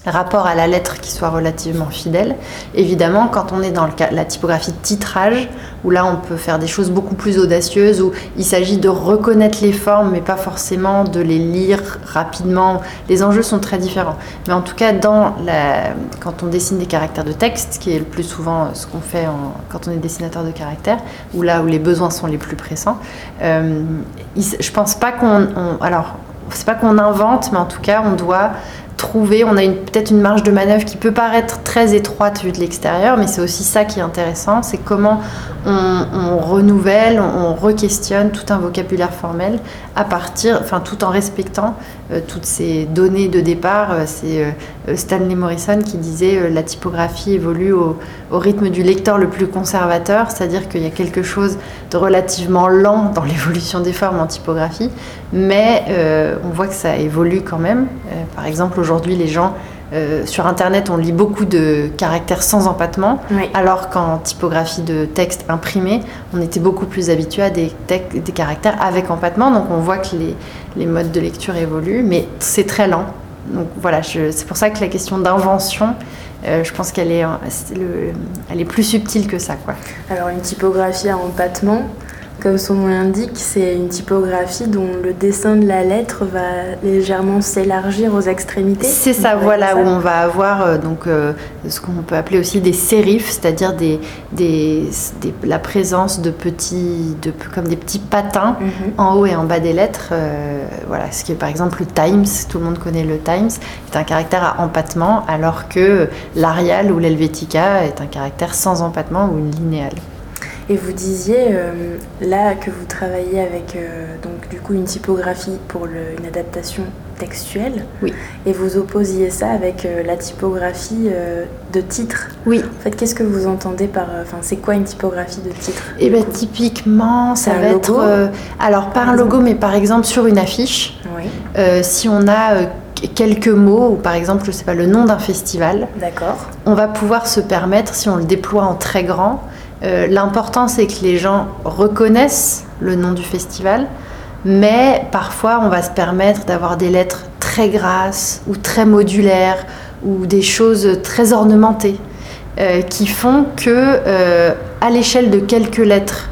rapport à la lettre qui soit relativement fidèle. Évidemment, quand on est dans le cas, la typographie de titrage, où là on peut faire des choses beaucoup plus audacieuses, où il s'agit de reconnaître les formes, mais pas forcément de les lire rapidement. Les enjeux sont très différents. Mais en tout cas, dans la, quand on dessine des caractères de texte, qui est le plus souvent ce qu'on fait en, quand on est dessinateur de caractères, ou là où les besoins sont les plus pressants, euh, je pense pas qu'on... On, alors, c'est pas qu'on invente, mais en tout cas, on doit trouver, on a une, peut-être une marge de manœuvre qui peut paraître très étroite vue de l'extérieur, mais c'est aussi ça qui est intéressant, c'est comment on, on renouvelle, on, on re-questionne tout un vocabulaire formel à partir, enfin tout en respectant euh, toutes ces données de départ. Euh, c'est euh, Stanley Morrison qui disait euh, la typographie évolue au, au rythme du lecteur le plus conservateur, c'est-à-dire qu'il y a quelque chose de relativement lent dans l'évolution des formes en typographie, mais euh, on voit que ça évolue quand même. Euh, par exemple, aujourd'hui, les gens, euh, sur Internet, on lit beaucoup de caractères sans empattement, oui. Alors qu'en typographie de texte imprimé, on était beaucoup plus habitué à des, te- des caractères avec empattement. Donc on voit que les, les modes de lecture évoluent, mais c'est très lent. Donc voilà, je, c'est pour ça que la question d'invention, euh, je pense qu'elle est, c'est le, elle est plus subtile que ça, quoi. Alors une typographie à empattement, comme son nom l'indique, c'est une typographie dont le dessin de la lettre va légèrement s'élargir aux extrémités. C'est ça, voilà, ça. Où on va avoir euh, donc, euh, ce qu'on peut appeler aussi des sérifs, c'est-à-dire des, des, des, la présence de petits, de, comme des petits patins mm-hmm. en haut et en bas des lettres. Euh, voilà, ce qui est par exemple le Times, tout le monde connaît le Times, est un caractère à empattement, alors que l'Arial ou l'Helvetica est un caractère sans empattement ou une linéale. Et vous disiez euh, là que vous travaillez avec euh, donc du coup une typographie pour le, une adaptation textuelle. Oui. Et vous opposiez ça avec euh, la typographie euh, de titre. Oui. En fait, qu'est-ce que vous entendez par, enfin, c'est quoi une typographie de titre? Eh ben typiquement, ça va être euh, alors pas un logo, mais par exemple sur une affiche. Oui. Euh, si on a euh, quelques mots, ou par exemple, je sais pas, le nom d'un festival. D'accord. On va pouvoir se permettre, si on le déploie en très grand. Euh, l'important, c'est que les gens reconnaissent le nom du festival, mais parfois, on va se permettre d'avoir des lettres très grasses ou très modulaires ou des choses très ornementées euh, qui font que, euh, à l'échelle de quelques lettres,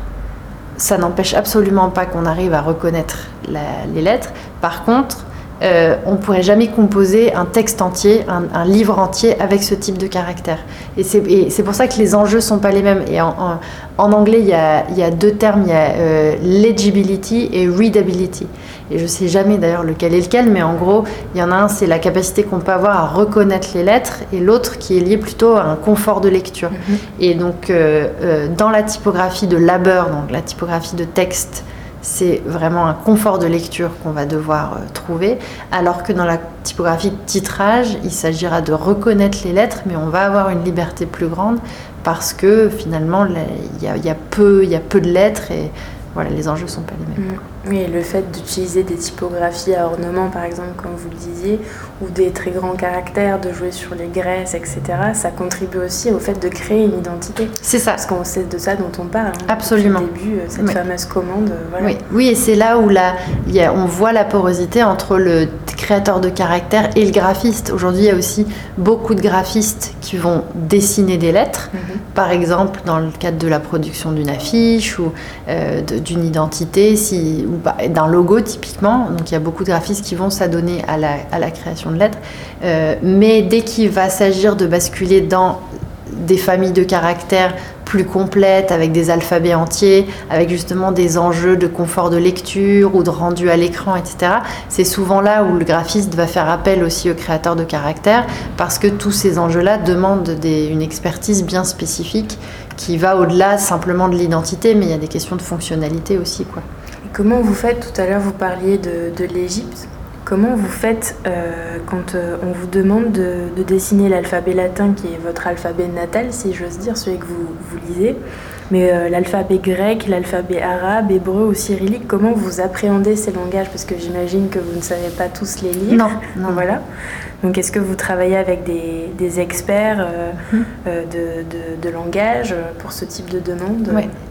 ça n'empêche absolument pas qu'on arrive à reconnaître la, les lettres. Par contre, Euh, on ne pourrait jamais composer un texte entier, un, un livre entier avec ce type de caractère. Et c'est, et c'est pour ça que les enjeux ne sont pas les mêmes. Et en, en, en anglais, il y a, il y a deux termes, il y a euh, legibility et readability. Et je ne sais jamais d'ailleurs lequel est lequel, mais en gros, il y en a un, c'est la capacité qu'on peut avoir à reconnaître les lettres, et l'autre qui est lié plutôt à un confort de lecture. Mm-hmm. Et donc, euh, euh, dans la typographie de labeur, donc la typographie de texte, c'est vraiment un confort de lecture qu'on va devoir euh, trouver, alors que dans la typographie de titrage, il s'agira de reconnaître les lettres, mais on va avoir une liberté plus grande parce que finalement, il y a, y a peu, il y a peu de lettres et voilà, les enjeux ne sont pas les mêmes. Oui, et le fait d'utiliser des typographies à ornement, par exemple, comme vous le disiez, ou des très grands caractères, de jouer sur les graisses, et cetera, ça contribue aussi au fait de créer une identité. C'est ça. Parce qu'on sait de ça dont on parle. Hein, absolument. Au début, cette oui. fameuse commande. Voilà. Oui. oui, et c'est là où la, y a, on voit la porosité entre le créateur de caractères et le graphiste. Aujourd'hui, il y a aussi beaucoup de graphistes qui vont dessiner des lettres, mm-hmm. par exemple dans le cadre de la production d'une affiche ou euh, de, d'une identité, si, ou bah, d'un logo typiquement. Donc il y a beaucoup de graphistes qui vont s'adonner à la, à la création de lettres. Euh, mais dès qu'il va s'agir de basculer dans des familles de caractères plus complètes, avec des alphabets entiers, avec justement des enjeux de confort de lecture ou de rendu à l'écran, et cetera. C'est souvent là où le graphiste va faire appel aussi au créateur de caractères, parce que tous ces enjeux-là demandent des, une expertise bien spécifique qui va au-delà simplement de l'identité, mais il y a des questions de fonctionnalité aussi, quoi. Et comment vous faites, tout à l'heure vous parliez de, de l'Égypte, comment vous faites euh, quand euh, on vous demande de, de dessiner l'alphabet latin qui est votre alphabet natal, si j'ose dire, celui que vous, vous lisez, mais euh, l'alphabet grec, l'alphabet arabe, hébreu ou cyrillique, comment vous appréhendez ces langages? Parce que j'imagine que vous ne savez pas tous les lire. Non, non. Voilà. Donc est-ce que vous travaillez avec des, des experts euh, mmh. euh, de, de, de langage pour ce type de demande? Oui.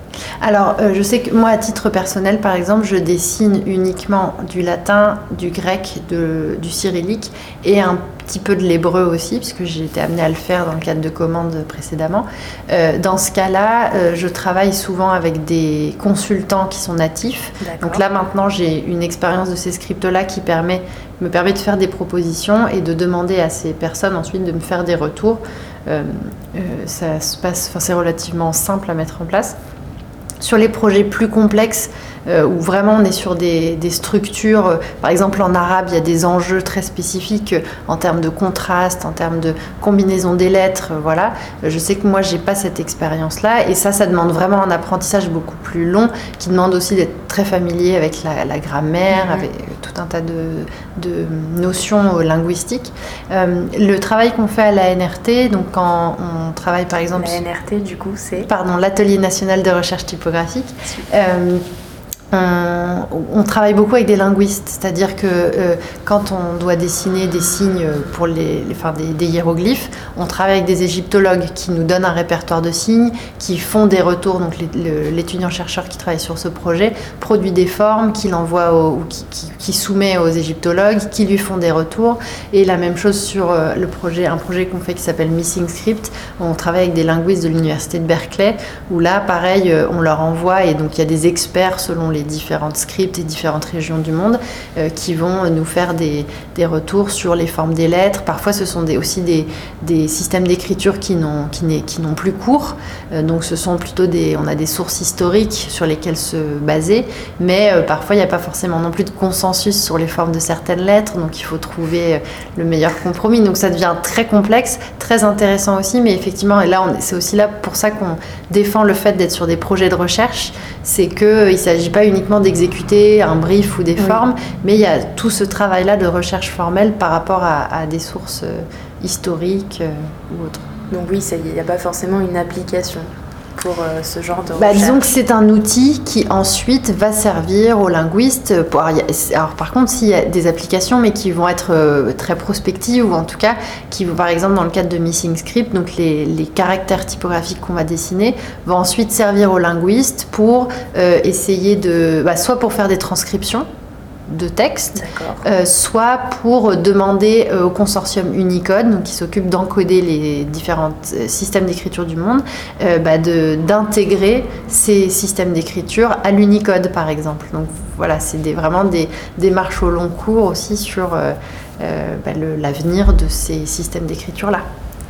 Alors, euh, je sais que moi, à titre personnel, par exemple, je dessine uniquement du latin, du grec, de, du cyrillique et un petit peu de l'hébreu aussi, puisque j'ai été amenée à le faire dans le cadre de commandes précédemment. Euh, dans ce cas-là, euh, je travaille souvent avec des consultants qui sont natifs. D'accord. Donc là, maintenant, j'ai une expérience de ces scripts-là qui permet, me permet de faire des propositions et de demander à ces personnes ensuite de me faire des retours. Euh, euh, ça se passe, enfin, c'est relativement simple à mettre en place. Sur les projets plus complexes, euh, où vraiment on est sur des, des structures, euh, par exemple en arabe, il y a des enjeux très spécifiques euh, en termes de contraste, en termes de combinaison des lettres, euh, voilà. Je sais que moi, j'ai pas cette expérience-là, et ça, ça demande vraiment un apprentissage beaucoup plus long, qui demande aussi d'être très familier avec la, la grammaire, mmh. avec euh, tout un tas de, de notions euh, linguistiques. Euh, le travail qu'on fait à l'A N R T, donc quand on travaille par exemple... L'A N R T, du coup, c'est... Pardon, l'Atelier national de recherche typographique. Euh, On, on travaille beaucoup avec des linguistes, c'est-à-dire que euh, quand on doit dessiner des signes pour les, les, enfin des, des hiéroglyphes, on travaille avec des égyptologues qui nous donnent un répertoire de signes, qui font des retours. Donc l'étudiant-chercheur qui travaille sur ce projet produit des formes qu'il envoie au, ou qui, qui, qui soumet aux égyptologues, qui lui font des retours. Et la même chose sur euh, le projet, un projet qu'on fait qui s'appelle Missing Script. On travaille avec des linguistes de l'université de Berkeley, où là, pareil, on leur envoie, et donc il y a des experts selon les différentes scripts et différentes régions du monde euh, qui vont nous faire des, des retours sur les formes des lettres. Parfois, ce sont des, aussi des, des systèmes d'écriture qui n'ont, qui, qui n'ont plus cours. Euh, donc, ce sont plutôt des, on a des sources historiques sur lesquelles se baser, mais euh, parfois, il n'y a pas forcément non plus de consensus sur les formes de certaines lettres. Donc, il faut trouver le meilleur compromis. Donc, ça devient très complexe, très intéressant aussi, mais effectivement, et là, on, c'est aussi là pour ça qu'on défend le fait d'être sur des projets de recherche. C'est qu'il ne s'agit pas uniquement d'exécuter un brief ou des oui. formes, mais il y a tout ce travail-là de recherche formelle par rapport à, à des sources euh, historiques euh, ou autres. Donc oui, il n'y a pas forcément une application pour euh, ce genre de bah, recherche. Disons que c'est un outil qui ensuite va servir aux linguistes. Pour, alors par contre, s'il y a des applications, mais qui vont être euh, très prospectives, ou en tout cas, qui vont, par exemple, dans le cadre de Missing Script, donc les, les caractères typographiques qu'on va dessiner, vont ensuite servir aux linguistes pour euh, essayer de... Bah, soit pour faire des transcriptions de texte, euh, soit pour demander euh, au consortium Unicode, donc qui s'occupe d'encoder les différents euh, systèmes d'écriture du monde, euh, bah de, d'intégrer ces systèmes d'écriture à l'Unicode, par exemple. Donc voilà, c'est des, vraiment des démarches au long cours aussi sur euh, euh, bah, le, l'avenir de ces systèmes d'écriture-là.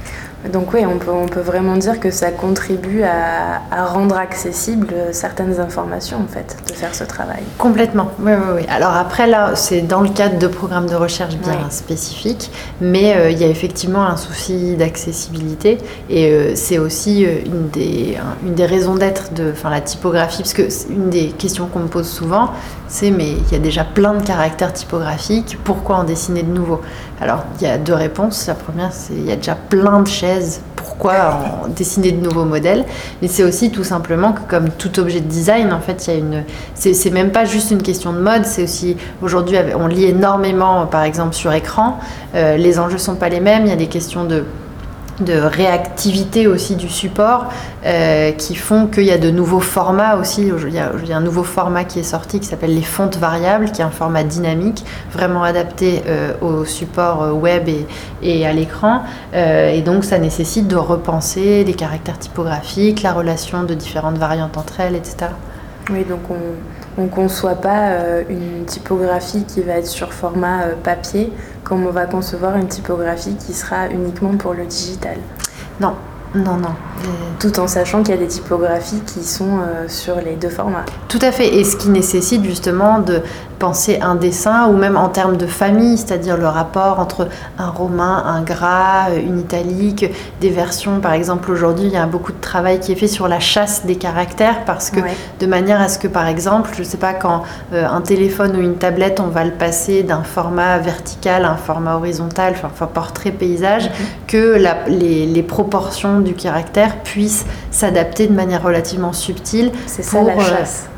Donc oui, on peut, on peut vraiment dire que ça contribue à, à rendre accessibles certaines informations, en fait, de faire ce travail. Complètement, oui, oui, oui. Alors après, là, c'est dans le cadre de programmes de recherche bien oui. spécifiques, mais euh, il y a effectivement un souci d'accessibilité, et euh, c'est aussi une des, une des raisons d'être de enfin, la typographie, parce que c'est une des questions qu'on me pose souvent, c'est mais il y a déjà plein de caractères typographiques, pourquoi en dessiner de nouveaux ? Alors, il y a deux réponses. La première, c'est il y a déjà plein de chaises, pourquoi en dessiner de nouveaux modèles ? Mais c'est aussi tout simplement que, comme tout objet de design, en fait, il y a une... C'est, c'est même pas juste une question de mode, c'est aussi... Aujourd'hui, on lit énormément, par exemple, sur écran. Euh, les enjeux sont pas les mêmes. Il y a des questions de... de réactivité aussi du support euh, qui font qu'il y a de nouveaux formats aussi. Il y, a, il y a un nouveau format qui est sorti qui s'appelle les fontes variables, qui est un format dynamique, vraiment adapté euh, au support web et, et à l'écran. Euh, et donc, ça nécessite de repenser les caractères typographiques, la relation de différentes variantes entre elles, et cetera. Oui, donc on ne conçoit pas euh, une typographie qui va être sur format euh, papier, comme on va concevoir une typographie qui sera uniquement pour le digital. Non, non, non. Tout en sachant qu'il y a des typographies qui sont euh, sur les deux formats. Tout à fait, et ce qui nécessite justement de penser un dessin, ou même en termes de famille, c'est-à-dire le rapport entre un romain, un gras, une italique, des versions. Par exemple, aujourd'hui, il y a beaucoup de travail qui est fait sur la chasse des caractères, parce que ouais. de manière à ce que, par exemple, je ne sais pas, quand euh, un téléphone ou une tablette, on va le passer d'un format vertical à un format horizontal, enfin portrait paysage, mm-hmm. que la, les, les proportions du caractère puissent s'adapter de manière relativement subtile. C'est ça pour, la chasse. Euh,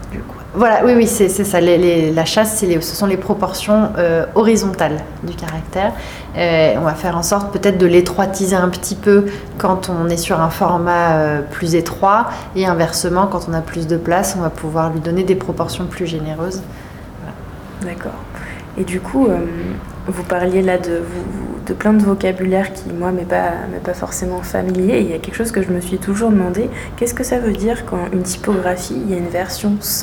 Voilà, oui, oui, c'est, c'est ça. Les, les, la chasse, c'est les, ce sont les proportions euh, horizontales du caractère. Euh, on va faire en sorte peut-être de l'étroitiser un petit peu quand on est sur un format euh, plus étroit, et inversement, quand on a plus de place, on va pouvoir lui donner des proportions plus généreuses. Voilà. D'accord. Et du coup, euh, vous parliez là de, vous, de plein de vocabulaire qui, moi, m'est pas, m'est pas forcément familier. Et il y a quelque chose que je me suis toujours demandé. Qu'est-ce que ça veut dire quand une typographie, il y a une version sans ?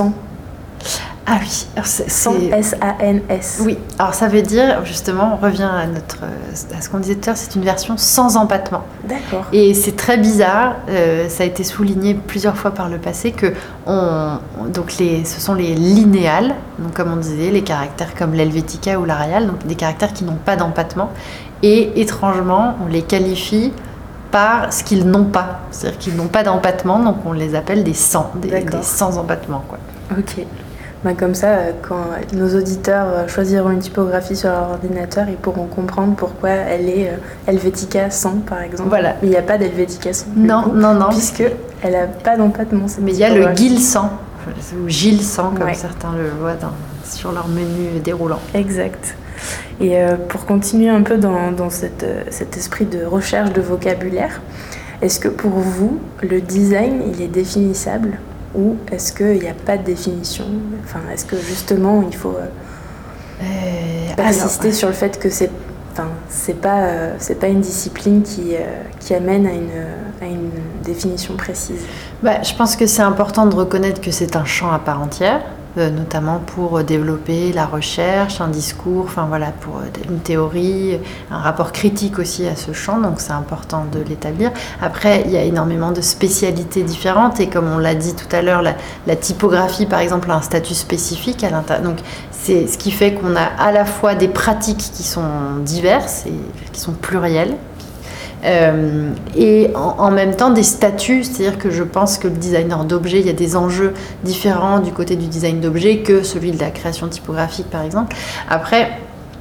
Ah oui, alors c'est, Sans, c'est... S A N S. Oui, alors ça veut dire, justement, on revient à, notre, à ce qu'on disait tout à l'heure, c'est une version sans empattement. D'accord. Et c'est très bizarre, euh, ça a été souligné plusieurs fois par le passé, que on, donc les, ce sont les linéales, donc comme on disait, les caractères comme l'helvética ou l'arial, donc des caractères qui n'ont pas d'empattement, et étrangement, on les qualifie par ce qu'ils n'ont pas, c'est-à-dire qu'ils n'ont pas d'empattement, donc on les appelle des sans, des, des sans empattement, quoi. Ok. Ben comme ça, quand nos auditeurs choisiront une typographie sur leur ordinateur, ils pourront comprendre pourquoi elle est Helvetica cent, par exemple. Voilà. Mais il n'y a pas d'Helvetica cent. Non, coup, non, non. Puisqu'elle n'a pas d'empattement. Mais il y a le Gil cent, ou Gil cent, comme ouais. certains le voient dans, sur leur menu déroulant. Exact. Et euh, pour continuer un peu dans, dans cette, euh, cet esprit de recherche de vocabulaire, est-ce que pour vous, le design, il est définissable ? Ou est-ce qu'il n'y a pas de définition ? Enfin, est-ce que justement il faut euh, euh, insister alors... sur le fait que c'est, enfin, c'est pas, euh, c'est pas une discipline qui, euh, qui amène à une, à une définition précise ? Bah, je pense que c'est important de reconnaître que c'est un champ à part entière, euh, notamment pour développer la recherche, un discours, enfin voilà, pour une théorie, un rapport critique aussi à ce champ, donc c'est important de l'établir. Après, il y a énormément de spécialités différentes, et comme on l'a dit tout à l'heure, la, la typographie par exemple a un statut spécifique à l'intérieur, donc c'est ce qui fait qu'on a à la fois des pratiques qui sont diverses et qui sont plurielles, Euh, et en, en même temps des statuts, c'est-à-dire que je pense que le designer d'objets, il y a des enjeux différents du côté du design d'objets que celui de la création typographique par exemple. Après,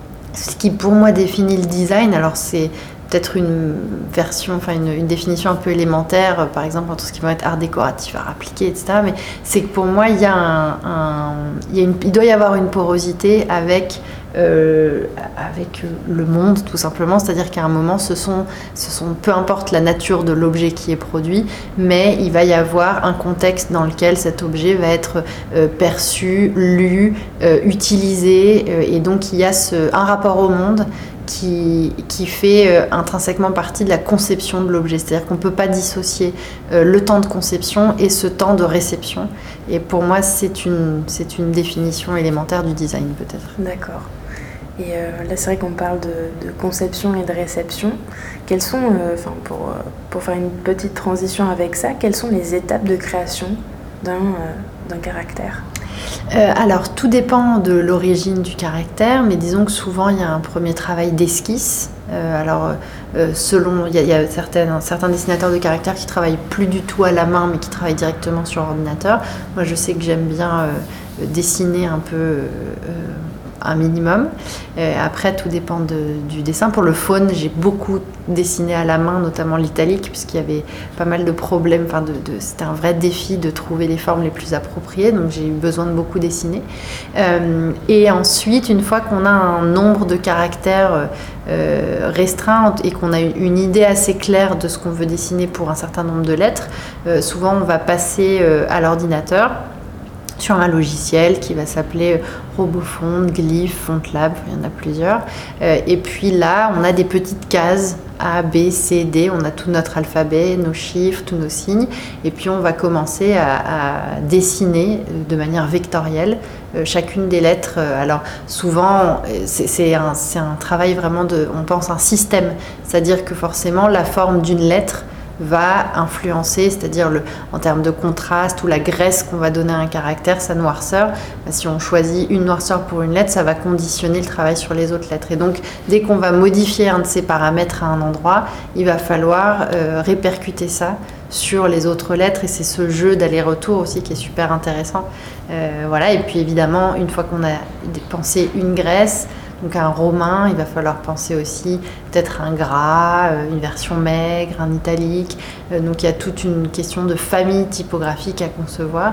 ce qui pour moi définit le design, alors c'est peut-être une version, enfin une, une définition un peu élémentaire, par exemple entre ce qui va être art décoratif, art appliqué, et cetera. Mais c'est que pour moi, il y a un, un il, y a une, il doit y avoir une porosité avec Euh, avec le monde tout simplement, c'est-à-dire qu'à un moment ce sont, ce sont peu importe la nature de l'objet qui est produit, mais il va y avoir un contexte dans lequel cet objet va être euh, perçu, lu, euh, utilisé, euh, et donc il y a ce, un rapport au monde qui, qui fait euh, intrinsèquement partie de la conception de l'objet, c'est-à-dire qu'on ne peut pas dissocier euh, le temps de conception et ce temps de réception, et pour moi c'est une, c'est une définition élémentaire du design peut-être. D'accord. Et euh, là, c'est vrai qu'on parle de, de conception et de réception. Quelles sont, enfin, euh, pour, pour faire une petite transition avec ça, quelles sont les étapes de création d'un, euh, d'un caractère ? Euh, alors, tout dépend de l'origine du caractère, mais disons que souvent, il y a un premier travail d'esquisse. Euh, alors, euh, selon, il y a, il y a certains, certains dessinateurs de caractères qui travaillent plus du tout à la main, mais qui travaillent directement sur ordinateur. Moi, je sais que j'aime bien euh, dessiner un peu... Euh, un minimum. Euh, après, tout dépend de, du dessin. Pour le faune, j'ai beaucoup dessiné à la main, notamment l'italique, puisqu'il y avait pas mal de problèmes. Enfin, de, de, c'était un vrai défi de trouver les formes les plus appropriées, donc j'ai eu besoin de beaucoup dessiner. Euh, et ensuite, une fois qu'on a un nombre de caractères euh, restreint et qu'on a une idée assez claire de ce qu'on veut dessiner pour un certain nombre de lettres, euh, souvent on va passer euh, à l'ordinateur sur un logiciel qui va s'appeler Robofont, Glyph, FontLab, il y en a plusieurs. Euh, et puis là, on a des petites cases A, B, C, D, on a tout notre alphabet, nos chiffres, tous nos signes. Et puis on va commencer à, à dessiner de manière vectorielle euh, chacune des lettres. Alors souvent, c'est, c'est, un, c'est un travail vraiment de, on pense un système, c'est-à-dire que forcément la forme d'une lettre va influencer, c'est-à-dire le, en termes de contraste ou la graisse qu'on va donner à un caractère, sa noirceur. Si on choisit une noirceur pour une lettre, ça va conditionner le travail sur les autres lettres. Et donc, dès qu'on va modifier un de ces paramètres à un endroit, il va falloir euh, répercuter ça sur les autres lettres. Et c'est ce jeu d'aller-retour aussi qui est super intéressant. Euh, voilà. Et puis évidemment, une fois qu'on a pensé une graisse, donc un romain, il va falloir penser aussi peut-être un gras, une version maigre, un italique. Donc il y a toute une question de famille typographique à concevoir.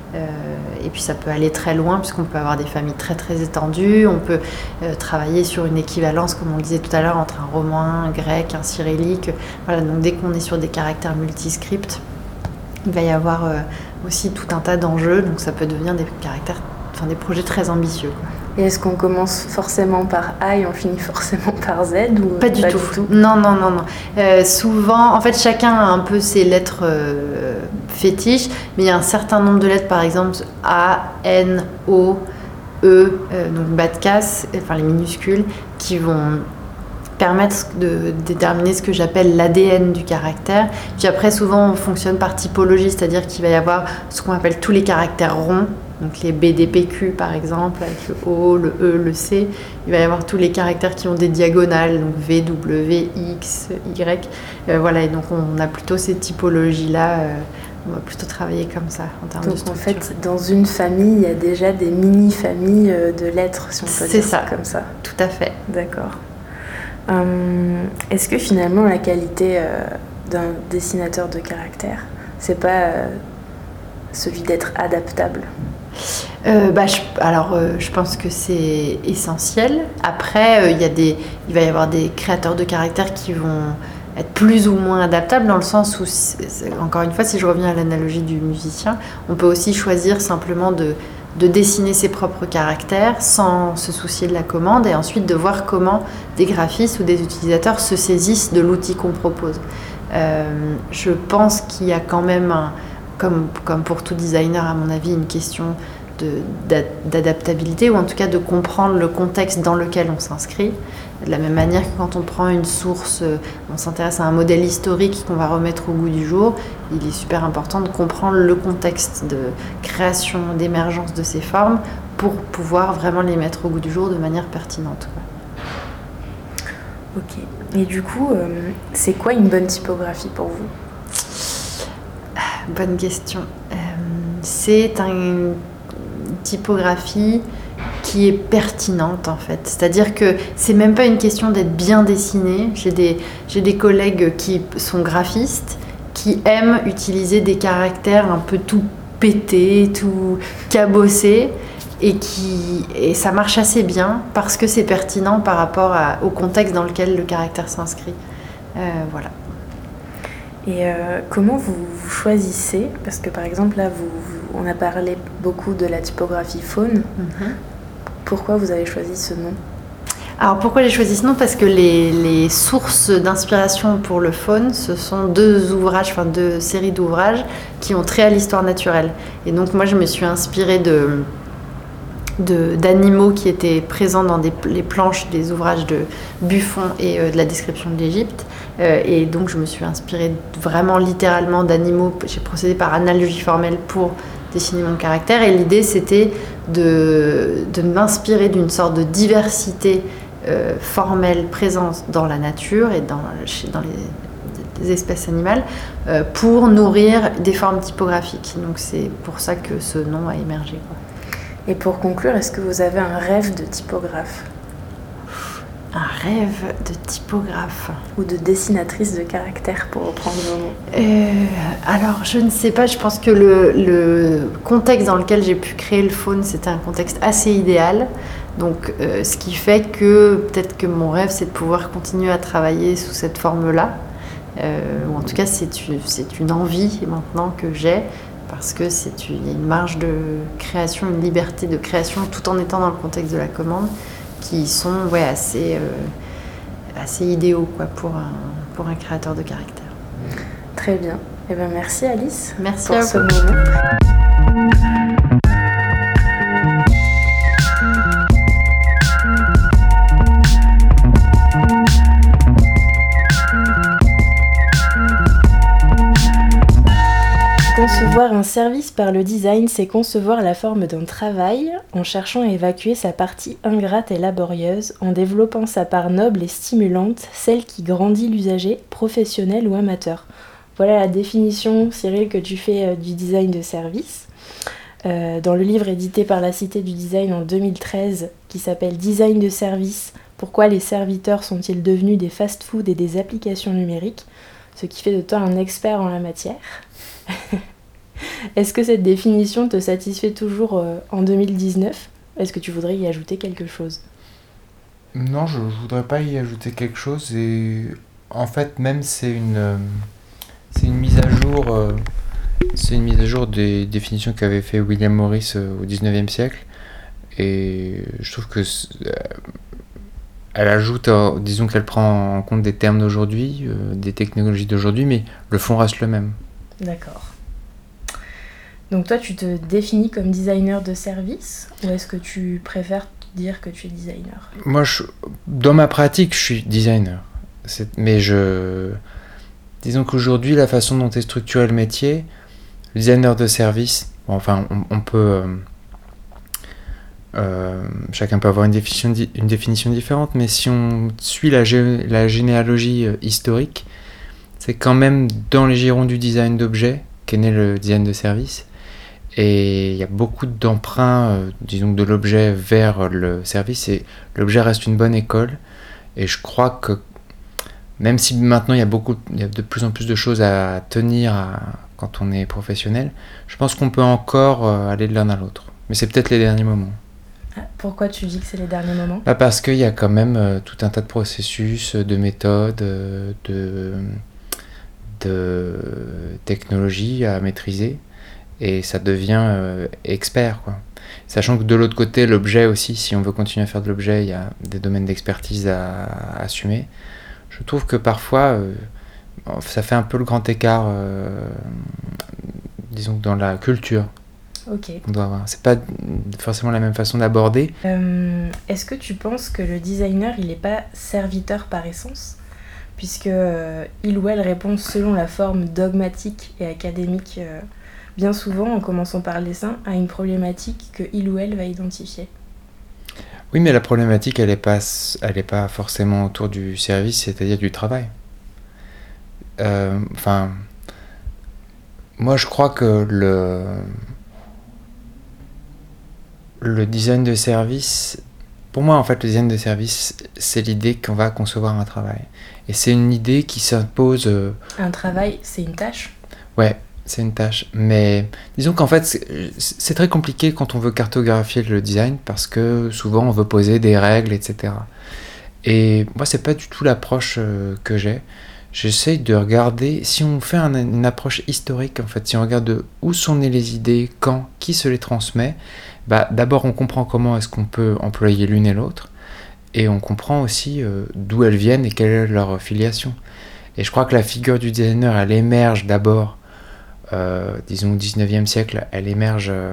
Euh, et puis ça peut aller très loin puisqu'on peut avoir des familles très très étendues, on peut euh, travailler sur une équivalence, comme on le disait tout à l'heure, entre un romain, un grec, un cyrillique. Voilà, donc dès qu'on est sur des caractères multiscripts, il va y avoir euh, aussi tout un tas d'enjeux, donc ça peut devenir des caractères, enfin des projets très ambitieux, quoi. Et est-ce qu'on commence forcément par A et on finit forcément par Z ou Pas du pas tout. du tout Non, non, non, non. Euh, souvent, en fait, chacun a un peu ses lettres euh, fétiches, mais il y a un certain nombre de lettres, par exemple A, N, O, E, euh, donc bas de casse, enfin les minuscules, qui vont permettre de déterminer ce que j'appelle l'A D N du caractère. Puis après, souvent, on fonctionne par typologie, c'est-à-dire qu'il va y avoir ce qu'on appelle tous les caractères ronds, donc les B D P Q par exemple, avec le O, le E, le C. Il va y avoir tous les caractères qui ont des diagonales, donc V, W, X, Y. Euh, voilà, et donc on a plutôt ces typologies-là. Euh, on va plutôt travailler comme ça en termes Donc de en structure. fait, dans une famille, il y a déjà des mini-familles de lettres, si on peut C'est dire ça. ça comme ça. Tout à fait. D'accord. Hum, est-ce que finalement la qualité euh, d'un dessinateur de caractère, c'est pas euh, celui d'être adaptable? Euh, bah, je, alors, euh, je pense que c'est essentiel. Après, euh, il y a des, il va y avoir des créateurs de caractères qui vont être plus ou moins adaptables dans le sens où, c'est, c'est, encore une fois, si je reviens à l'analogie du musicien, on peut aussi choisir simplement de, de dessiner ses propres caractères sans se soucier de la commande et ensuite de voir comment des graphistes ou des utilisateurs se saisissent de l'outil qu'on propose. Euh, je pense qu'il y a quand même un, Comme, comme pour tout designer, à mon avis, une question de, d'adaptabilité ou en tout cas de comprendre le contexte dans lequel on s'inscrit. De la même manière que quand on prend une source, on s'intéresse à un modèle historique qu'on va remettre au goût du jour, il est super important de comprendre le contexte de création, d'émergence de ces formes pour pouvoir vraiment les mettre au goût du jour de manière pertinente, quoi. Ok. Et du coup, euh, c'est quoi une bonne typographie pour vous ? Bonne question. Euh, c'est une typographie qui est pertinente en fait. C'est-à-dire que c'est même pas une question d'être bien dessiné. J'ai des, j'ai des collègues qui sont graphistes, qui aiment utiliser des caractères un peu tout pétés, tout cabossés, et, qui, et ça marche assez bien parce que c'est pertinent par rapport à, au contexte dans lequel le caractère s'inscrit. Euh, voilà. Et euh, comment vous, vous choisissez, parce que par exemple là, vous, vous, on a parlé beaucoup de la typographie faune, mm-hmm. Pourquoi vous avez choisi ce nom ? Alors pourquoi j'ai choisi ce nom ? Parce que les, les sources d'inspiration pour le faune, ce sont deux ouvrages, enfin deux séries d'ouvrages qui ont trait à l'histoire naturelle. Et donc moi je me suis inspirée de, de, d'animaux qui étaient présents dans des, les planches des ouvrages de Buffon et euh, de la description de l'Égypte. Euh, et donc je me suis inspirée vraiment littéralement d'animaux. J'ai procédé par analogie formelle pour dessiner mon caractère. Et l'idée c'était de, de m'inspirer d'une sorte de diversité euh, formelle présente dans la nature et dans, dans les, les espèces animales euh, pour nourrir des formes typographiques. Donc c'est pour ça que ce nom a émergé, quoi. Et pour conclure, est-ce que vous avez un rêve de typographe ? Un rêve de typographe. Ou de dessinatrice de caractère, pour reprendre vos mots. Euh, alors, je ne sais pas, je pense que le, le contexte dans lequel j'ai pu créer le faune, c'était un contexte assez idéal. Donc, euh, ce qui fait que peut-être que mon rêve, c'est de pouvoir continuer à travailler sous cette forme-là. Euh, ou en tout cas, c'est une, c'est une envie maintenant que j'ai, parce que c'est une, il y a une marge de création, une liberté de création, tout en étant dans le contexte de la commande, qui sont ouais, assez, euh, assez idéaux quoi, pour, un, pour un créateur de caractère. Très bien. Eh ben, merci Alice merci pour à ce vous. moment. Concevoir un service par le design, c'est concevoir la forme d'un travail en cherchant à évacuer sa partie ingrate et laborieuse, en développant sa part noble et stimulante, celle qui grandit l'usager, professionnel ou amateur. Voilà la définition, Cyril, que tu fais euh, du design de service. Euh, dans le livre édité par la Cité du Design en deux mille treize, qui s'appelle « Design de service, pourquoi les serviteurs sont-ils devenus des fast-food et des applications numériques ?» ce qui fait de toi un expert en la matière. Est-ce que cette définition te satisfait toujours euh, en deux mille dix-neuf ? Est-ce que tu voudrais y ajouter quelque chose ? Non, je ne voudrais pas y ajouter quelque chose. Et en fait, même c'est une, euh, c'est une mise à jour, euh, c'est une mise à jour des définitions qu'avait fait William Morris euh, au dix-neuvième siècle. Et je trouve que euh, elle ajoute, euh, disons qu'elle prend en compte des termes d'aujourd'hui, euh, des technologies d'aujourd'hui, mais le fond reste le même. D'accord. Donc toi, tu te définis comme designer de service ou est-ce que tu préfères dire que tu es designer ? Moi, je, dans ma pratique, je suis designer. C'est, mais je... Disons qu'aujourd'hui, la façon dont est structuré le métier, le designer de service, bon, enfin, on, on peut... Euh, euh, chacun peut avoir une définition, une définition différente, mais si on suit la, gé, la généalogie euh, historique, c'est quand même dans les girons du design d'objets qu'est né le design de service. Et il y a beaucoup d'emprunts, euh, disons, de l'objet vers le service, et l'objet reste une bonne école. Et je crois que, même si maintenant il y a, beaucoup, il y a de plus en plus de choses à tenir à, quand on est professionnel, je pense qu'on peut encore euh, aller de l'un à l'autre. Mais c'est peut-être les derniers moments. Ah, pourquoi tu dis que c'est les derniers moments ? Bah parce qu'il y a quand même euh, tout un tas de processus, de méthodes, euh, de, de technologies à maîtriser. Et ça devient euh, expert, quoi. Sachant que de l'autre côté, l'objet aussi, si on veut continuer à faire de l'objet, il y a des domaines d'expertise à, à assumer. Je trouve que parfois, euh, ça fait un peu le grand écart, euh, disons, dans la culture Ok. qu'on doit avoir. C'est pas forcément la même façon d'aborder. Euh, est-ce que tu penses que le designer, il n'est pas serviteur par essence ? Puisque euh, il ou elle répond selon la forme dogmatique et académique euh, bien souvent, en commençant par le dessin, à une problématique que il ou elle va identifier. Oui, mais la problématique, elle n'est pas, elle est pas forcément autour du service, c'est-à-dire du travail. Euh, enfin, moi, je crois que le, le design de service, pour moi, en fait, le design de service, c'est l'idée qu'on va concevoir un travail. Et c'est une idée qui s'impose... Euh, un travail, c'est une tâche ? Ouais. C'est une tâche, mais disons qu'en fait c'est, c'est très compliqué quand on veut cartographier le design parce que souvent on veut poser des règles, et cetera. Et moi c'est pas du tout l'approche euh, que j'ai. J'essaye de regarder, si on fait un, une approche historique en fait, si on regarde où sont nées les idées, quand, qui se les transmet, bah d'abord on comprend comment est-ce qu'on peut employer l'une et l'autre, et on comprend aussi euh, d'où elles viennent et quelle est leur filiation. Et je crois que la figure du designer elle émerge d'abord. Euh, disons au dix-neuvième siècle, elle émerge euh,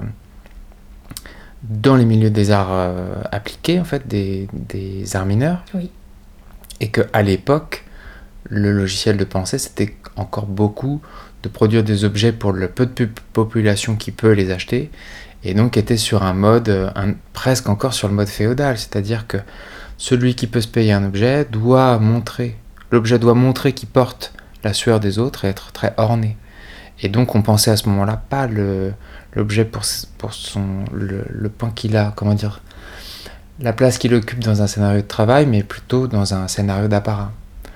dans les milieux des arts euh, appliqués, en fait, des, des arts mineurs. Oui. Et qu'à l'époque, le logiciel de pensée, c'était encore beaucoup de produire des objets pour le peu de population qui peut les acheter, et donc était sur un mode, un, presque encore sur le mode féodal, c'est-à-dire que celui qui peut se payer un objet doit montrer, l'objet doit montrer qu'il porte la sueur des autres et être très orné. Et donc on pensait à ce moment-là pas le, l'objet pour, pour son, le, le point qu'il a, comment dire, la place qu'il occupe dans un scénario de travail, mais plutôt dans un scénario d'apparat.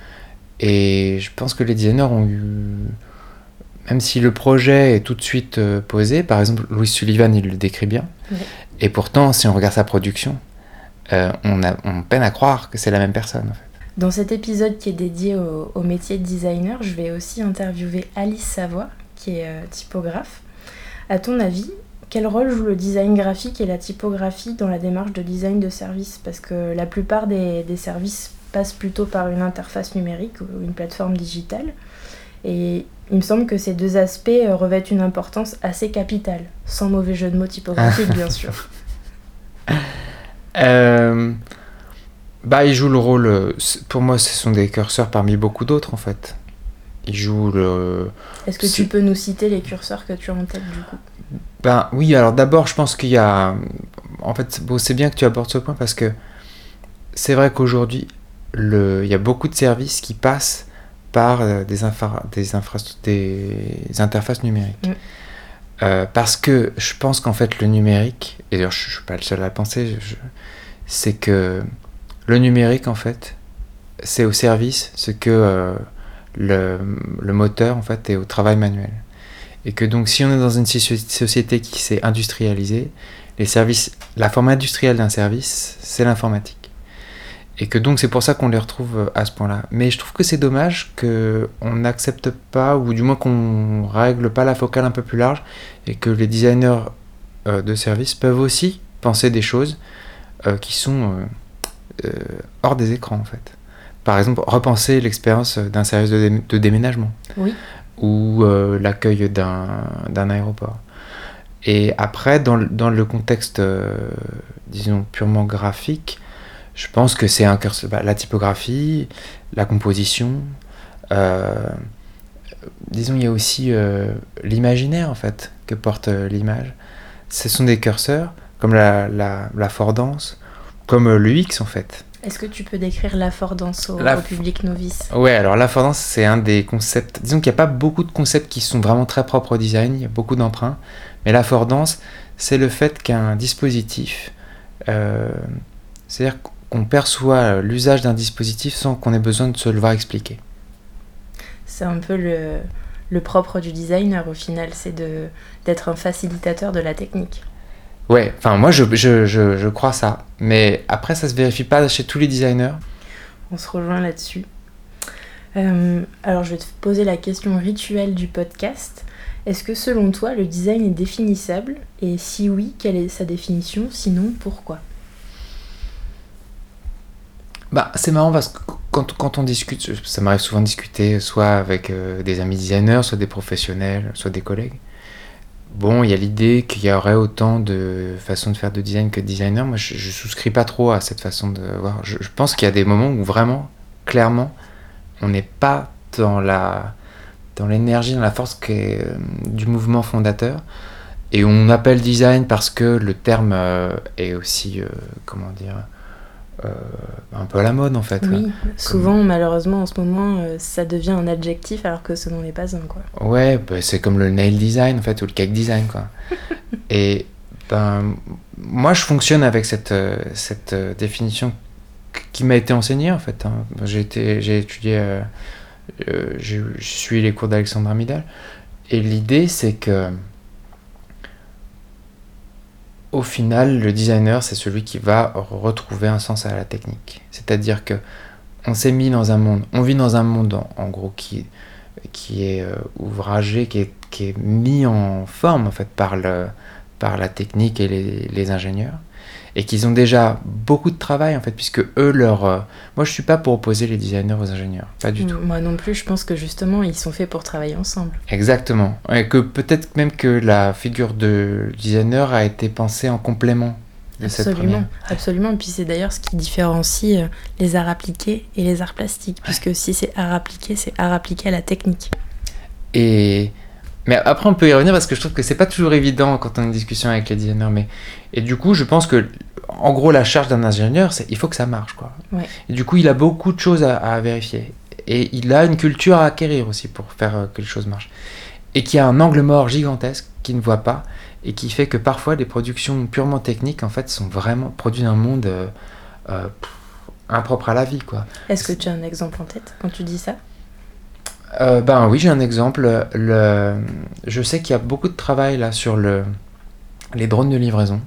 Et je pense que les designers ont eu, même si le projet est tout de suite euh, posé, par exemple Louis Sullivan il le décrit bien, oui. Et pourtant si on regarde sa production, euh, on, a, on peine à croire que c'est la même personne en fait. Dans cet épisode qui est dédié au, au métier de designer, je vais aussi interviewer Alice Savoie, qui est euh, typographe. À ton avis, quel rôle joue le design graphique et la typographie dans la démarche de design de service ? Parce que la plupart des, des services passent plutôt par une interface numérique ou une plateforme digitale. Et il me semble que ces deux aspects revêtent une importance assez capitale, sans mauvais jeu de mots typographiques, bien sûr. Euh... Bah, ils jouent le rôle... Pour moi, ce sont des curseurs parmi beaucoup d'autres, en fait. Ils jouent le... Est-ce que c'est... tu peux nous citer les curseurs que tu as en tête, du coup ? Ben oui, alors d'abord, je pense qu'il y a... En fait, bon, c'est bien que tu abordes ce point, parce que c'est vrai qu'aujourd'hui, le... il y a beaucoup de services qui passent par euh, des, infra... des, infra... des interfaces numériques. Mm. Euh, parce que je pense qu'en fait, le numérique... Et d'ailleurs, je ne suis pas le seul à le penser, je... c'est que le numérique, en fait, c'est au service ce que... Euh, Le, le moteur en fait est au travail manuel, Et que donc si on est dans une société qui s'est industrialisée, les services, la forme industrielle d'un service, c'est l'informatique. Et que donc c'est pour ça qu'on les retrouve à ce point-là. Mais je trouve que c'est dommage qu'on n'accepte pas, ou du moins qu'on règle pas la focale un peu plus large, et que les designers euh, de services peuvent aussi penser des choses euh, qui sont euh, euh, hors des écrans en fait. Par exemple, repenser l'expérience d'un service de, dé- de déménagement. Oui. Ou euh, l'accueil d'un, d'un aéroport. Et après, dans le, dans le contexte, euh, disons, purement graphique, je pense que c'est un curseur, bah, la typographie, la composition, euh, disons, il y a aussi euh, l'imaginaire, en fait, que porte euh, l'image. Ce sont des curseurs, comme la, la, la fordance, comme euh, l'U X, en fait. Est-ce que tu peux décrire l'affordance au, La au public novice ? Ouais, alors l'affordance, c'est un des concepts. Disons qu'il n'y a pas beaucoup de concepts qui sont vraiment très propres au design, il y a beaucoup d'emprunts. Mais l'affordance, c'est le fait qu'un dispositif, euh, c'est-à-dire qu'on perçoit l'usage d'un dispositif sans qu'on ait besoin de se le voir expliquer. C'est un peu le, le propre du designer au final, c'est de, d'être un facilitateur de la technique. Ouais, enfin moi je, je, je, je crois ça, mais après ça se vérifie pas chez tous les designers. On se rejoint là-dessus. Euh, alors je vais te poser la question rituelle du podcast. Est-ce que selon toi le design est définissable ? Et si oui, quelle est sa définition ? Sinon, pourquoi ? Bah c'est marrant parce que quand, quand on discute, ça m'arrive souvent de discuter soit avec euh, des amis designers, soit des professionnels, soit des collègues. Bon, il y a l'idée qu'il y aurait autant de façons de faire de design que de designer. Moi, je, je souscris pas trop à cette façon de voir. Je, je pense qu'il y a des moments où vraiment, clairement, on n'est pas dans la, dans l'énergie, dans la force qui est, euh, du mouvement fondateur. Et on appelle design parce que le terme euh, est aussi, euh, comment dire, euh, un peu à la mode en fait. Oui, Comme... souvent, malheureusement, en ce moment, euh, ça devient un adjectif alors que ce n'en est pas un, quoi. Ouais, bah, c'est comme le nail design en fait, ou le cake design, quoi. Et ben, moi, je fonctionne avec cette, euh, cette euh, définition qui m'a été enseignée en fait. Hein. J'ai, été, j'ai étudié, euh, euh, j'ai, je suis les cours d'Alexandre Amidal, et l'idée c'est que au final, le designer, c'est celui qui va retrouver un sens à la technique. C'est-à-dire que on s'est mis dans un monde, on vit dans un monde en, en gros qui, qui est euh, ouvragé, qui est, qui est mis en forme en fait par, le, par la technique et les, les ingénieurs, et qu'ils ont déjà beaucoup de travail en fait, puisque eux leur, euh, moi je suis pas pour opposer les designers aux ingénieurs, pas du tout. Moi non plus, je pense que justement ils sont faits pour travailler ensemble. Exactement, et que peut-être même que la figure de designer a été pensée en complément de cette première. Absolument, absolument. Puis c'est d'ailleurs ce qui différencie euh, les arts appliqués et les arts plastiques, ouais. Puisque si c'est art appliqué, c'est art appliqué à la technique. Et mais après on peut y revenir parce que je trouve que c'est pas toujours évident quand on a une discussion avec les designers. Mais et du coup je pense que en gros la charge d'un ingénieur c'est il faut que ça marche quoi. Ouais. Et du coup il a beaucoup de choses à, à vérifier et il a une culture à acquérir aussi pour faire que les choses marchent. Et qui a un angle mort gigantesque qu'il ne voit pas et qui fait que parfois les productions purement techniques en fait sont vraiment produits d'un monde euh, euh, impropre à la vie quoi. Est-ce que tu as un exemple en tête quand tu dis ça ? Euh, ben oui, j'ai un exemple. Le, je sais qu'il y a beaucoup de travail là sur le, les drones de livraison.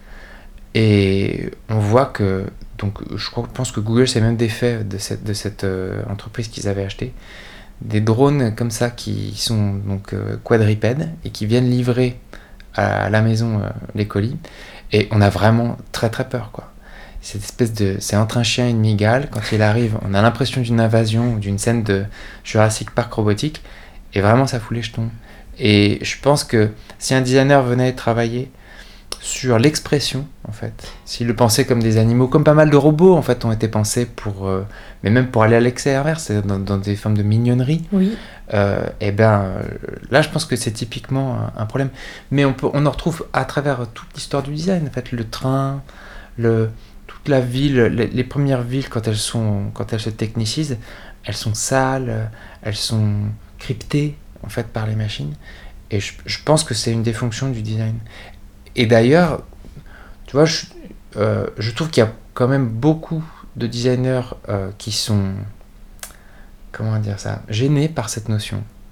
Et on voit que, donc je crois, pense que Google s'est même défait de cette, de cette euh, entreprise qu'ils avaient achetée. Des drones comme ça qui sont donc euh, quadrupèdes et qui viennent livrer à la maison euh, les colis. Et on a vraiment très très peur quoi. Cette espèce de, c'est entre un chien et une migale. Quand il arrive, on a l'impression d'une invasion ou d'une scène de Jurassic Park robotique, et vraiment ça fout les jetons. Et je pense que si un designer venait travailler sur l'expression, en fait, s'il le pensait comme des animaux, comme pas mal de robots en fait ont été pensés pour, euh, mais même pour aller à l'extérieur, c'est dans, dans des formes de mignonnerie. Oui. Euh, et ben euh, là, je pense que c'est typiquement un, un problème. Mais on peut, on en retrouve à travers toute l'histoire du design. En fait, le train, le la ville, les, les premières villes quand elles sont, quand elles se technicisent, elles sont sales, elles sont cryptées en fait par les machines. Et je, je pense que c'est une des fonctions du design. Et d'ailleurs, tu vois, je, euh, je trouve qu'il y a quand même beaucoup de designers euh, qui sont, comment dire ça, gênés par cette notion.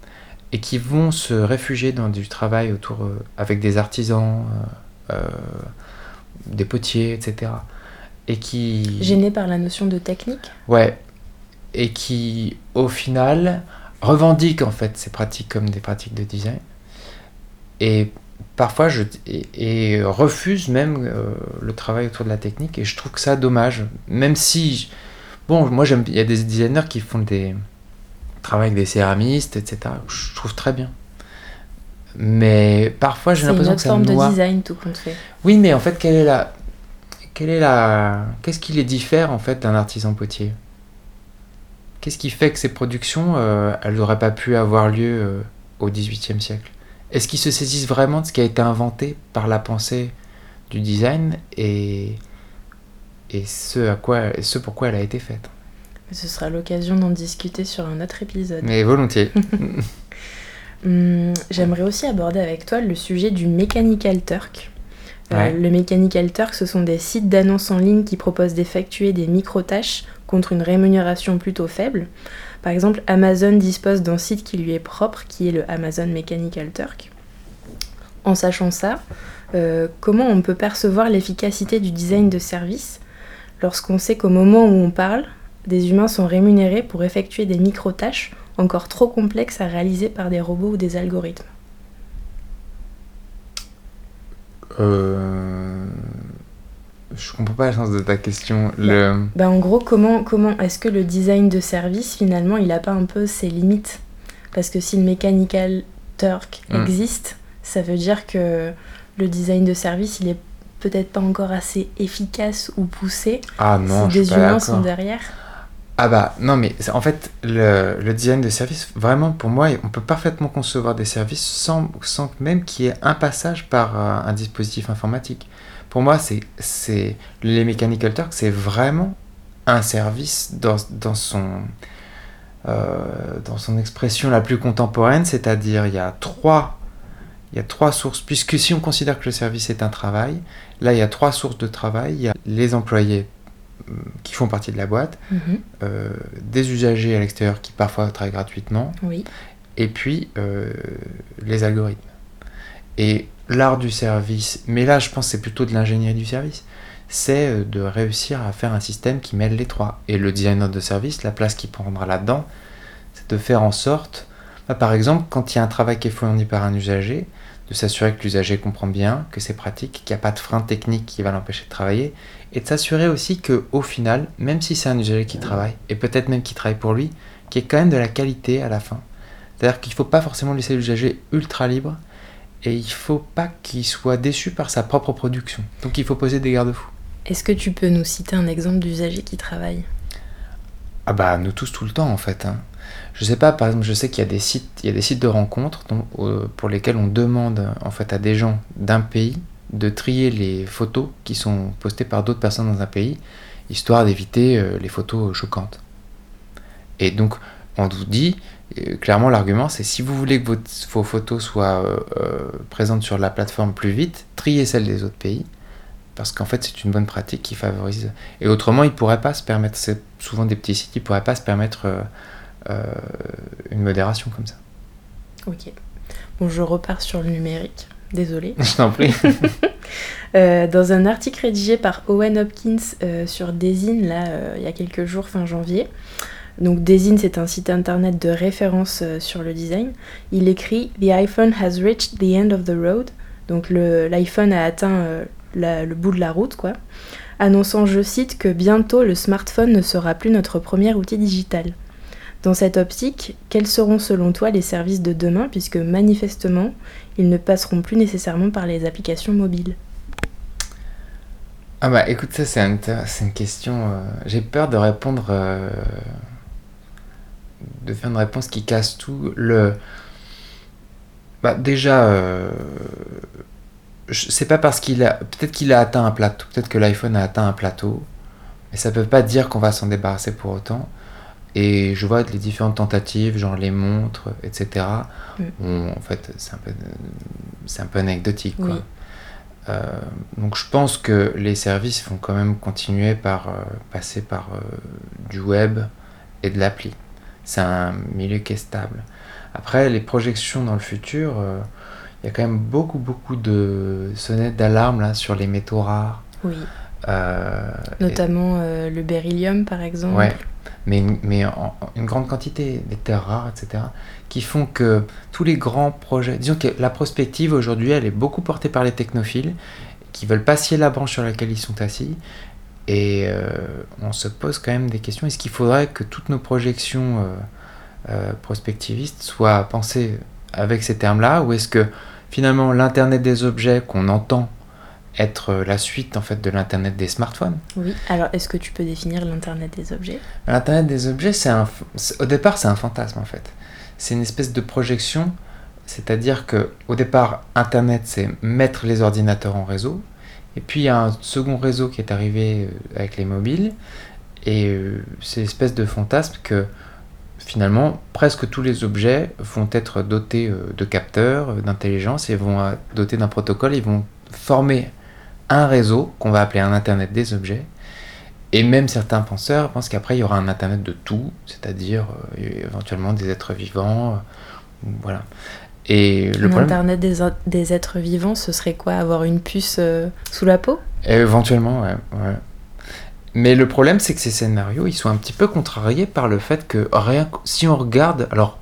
et qui vont se réfugier dans du travail autour euh, avec des artisans, euh, euh, des potiers, et cetera. Et qui... Gênés par la notion de technique. Ouais. Et qui, au final, revendiquent en fait ces pratiques comme des pratiques de design. Et parfois, je... Et, et refusent même euh, le travail autour de la technique. Et je trouve que ça dommage. Même si... Bon, moi, j'aime... Il y a des designers qui font des... travaillent avec des céramistes, et cetera. Je trouve très bien. Mais parfois, j'ai C'est l'impression une que autre ça forme noie. de design, tout compte fait. Oui, mais en fait, quelle est la... Quelle est la... Qu'est-ce qui les diffère, en fait, d'un artisan potier ? Qu'est-ce qui fait que ces productions, euh, elles n'auraient pas pu avoir lieu euh, au dix-huitième siècle ? Est-ce qu'ils se saisissent vraiment de ce qui a été inventé par la pensée du design et, et ce, à quoi, et ce pourquoi elle a été faite ? Ce sera l'occasion d'en discuter sur un autre épisode. Mais volontiers. Hum, J'aimerais aussi aborder avec toi le sujet du Mechanical Turk. Euh, Ouais. Le Mechanical Turk, ce sont des sites d'annonces en ligne qui proposent d'effectuer des micro-tâches contre une rémunération plutôt faible. Par exemple, Amazon dispose d'un site qui lui est propre, qui est le Amazon Mechanical Turk. En sachant ça, euh, comment on peut percevoir l'efficacité du design de service lorsqu'on sait qu'au moment où on parle, des humains sont rémunérés pour effectuer des micro-tâches encore trop complexes à réaliser par des robots ou des algorithmes. Euh... Je comprends pas le sens de ta question. Le... Bah en gros, comment, comment est-ce que le design de service, finalement, il n'a pas un peu ses limites ? Parce que si le Mechanical Turk Mm. existe, ça veut dire que le design de service, il est peut-être pas encore assez efficace ou poussé Ah non, si je des suis pas humains d'accord. sont derrière. Ah bah non, mais c'est- en fait le, le design de service, vraiment pour moi, on peut parfaitement concevoir des services sans, sans même qu'il y ait un passage par euh, un dispositif informatique. Pour moi, c'est, c'est les Mechanical Turk, c'est vraiment un service dans, dans son euh, dans son expression la plus contemporaine, c'est-à-dire il y a trois il y a trois sources, puisque si on considère que le service est un travail, là il y a trois sources de travail. Il y a les employés euh, qui font partie de la boîte, Mhm. euh, des usagers à l'extérieur qui parfois travaillent gratuitement, Oui. et puis euh, les algorithmes. Et l'art du service, mais là je pense que c'est plutôt de l'ingénierie du service, c'est euh, de réussir à faire un système qui mêle les trois. Et le designer de service, la place qu'il prendra là-dedans, c'est de faire en sorte, bah, par exemple, quand il y a un travail qui est fourni par un usager, de s'assurer que l'usager comprend bien, que c'est pratique, qu'il n'y a pas de frein technique qui va l'empêcher de travailler, et de s'assurer aussi qu'au final, même si c'est un usager qui travaille, et peut-être même qui travaille pour lui, qu'il y ait quand même de la qualité à la fin. C'est-à-dire qu'il ne faut pas forcément laisser l'usager ultra libre, et il ne faut pas qu'il soit déçu par sa propre production. Donc il faut poser des garde-fous. Est-ce que tu peux nous citer un exemple d'usager qui travaille ? Ah bah nous tous tout le temps en fait. Hein. Je sais pas, par exemple, je sais qu'il y a des sites, il y a des sites de rencontres dont, euh, pour lesquels on demande en fait à des gens d'un pays de trier les photos qui sont postées par d'autres personnes dans un pays, histoire d'éviter euh, les photos choquantes. Et donc on vous dit euh, clairement l'argument, c'est si vous voulez que votre, vos photos soient euh, euh, présentes sur la plateforme plus vite, triez celles des autres pays. Parce qu'en fait, c'est une bonne pratique qui favorise. Et autrement, ils ne pourraient pas se permettre, c'est souvent des petits sites, ils ne pourraient pas se permettre euh, euh, une modération comme ça. Ok. Bon, je repars sur le numérique. Désolée. Je t'en prie. Euh, dans un article rédigé par Owen Hopkins euh, sur Design, là, euh, il y a quelques jours, fin janvier, donc Design, c'est un site internet de référence euh, sur le design, il écrit « The iPhone has reached the end of the road », donc le, l'iPhone a atteint euh, la, le bout de la route, quoi, annonçant, je cite, que bientôt le smartphone ne sera plus notre premier outil digital. Dans cette optique, quels seront selon toi les services de demain, puisque manifestement, ils ne passeront plus nécessairement par les applications mobiles ? Ah bah écoute, ça c'est, un, c'est une question... Euh, j'ai peur de répondre... Euh, de faire une réponse qui casse tout. Le... Bah déjà... Euh, c'est pas parce qu'il a... Peut-être qu'il a atteint un plateau, peut-être que l'iPhone a atteint un plateau, mais ça peut pas dire qu'on va s'en débarrasser pour autant. Et je vois les différentes tentatives, genre les montres, et cetera. Mm. On, en fait, c'est un peu, c'est un peu anecdotique, quoi. Oui. Euh, donc je pense que les services vont quand même continuer par euh, passer par euh, du web et de l'appli. C'est un milieu qui est stable. Après, les projections dans le futur, il euh, y a quand même beaucoup, beaucoup de sonnettes d'alarme là, sur les métaux rares. Oui. Euh, Notamment et... euh, le beryllium, par exemple. Ouais, mais, mais en, en une grande quantité, des terres rares, et cetera, qui font que tous les grands projets... Disons que la prospective, aujourd'hui, elle est beaucoup portée par les technophiles, qui veulent pas scier la branche sur laquelle ils sont assis. Et euh, on se pose quand même des questions. Est-ce qu'il faudrait que toutes nos projections euh, euh, prospectivistes soient pensées avec ces termes-là, ou est-ce que finalement l'Internet des objets qu'on entend être la suite en fait de l'Internet des smartphones? Oui, alors est-ce que tu peux définir l'Internet des objets? L'Internet des objets, c'est un, c'est, au départ, c'est un fantasme en fait. C'est une espèce de projection, c'est-à-dire qu'au départ, Internet, c'est mettre les ordinateurs en réseau. Et puis il y a un second réseau qui est arrivé avec les mobiles, et euh, c'est l'espèce de fantasme que finalement presque tous les objets vont être dotés euh, de capteurs, euh, d'intelligence, et vont être dotés d'un protocole, ils vont former un réseau qu'on va appeler un Internet des objets. Et même certains penseurs pensent qu'après il y aura un Internet de tout, c'est-à-dire euh, éventuellement des êtres vivants, euh, voilà. Et le problème... Internet des, des êtres vivants, ce serait quoi? Avoir une puce euh, sous la peau? Éventuellement, ouais, ouais. Mais le problème, c'est que ces scénarios, ils sont un petit peu contrariés par le fait que, rien, si on regarde... Alors,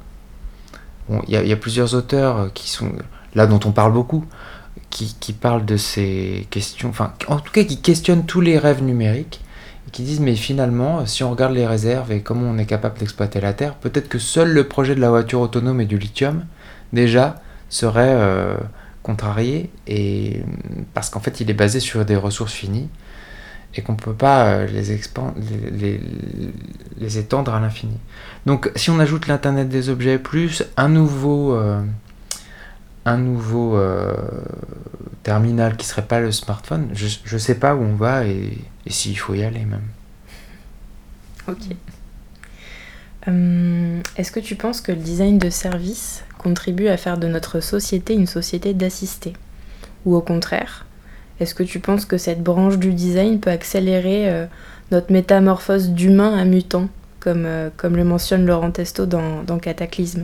il bon, y, y a plusieurs auteurs qui sont... Là, dont on parle beaucoup, qui, qui parlent de ces questions... Enfin, en tout cas, qui questionnent tous les rêves numériques, et qui disent, mais finalement, si on regarde les réserves et comment on est capable d'exploiter la Terre, peut-être que seul le projet de la voiture autonome et du lithium... déjà serait euh, contrarié, et parce qu'en fait il est basé sur des ressources finies et qu'on ne peut pas euh, les, expand- les, les, les étendre à l'infini. Donc si on ajoute l'Internet des objets plus un nouveau, euh, un nouveau euh, terminal qui ne serait pas le smartphone, je ne sais pas où on va et, et s'il faut y aller même. Ok. Hum, est-ce que tu penses que le design de service contribue à faire de notre société une société d'assistés? Ou au contraire, est-ce que tu penses que cette branche du design peut accélérer euh, notre métamorphose d'humain à mutant, comme, euh, comme le mentionne Laurent Testo dans, dans Cataclysme?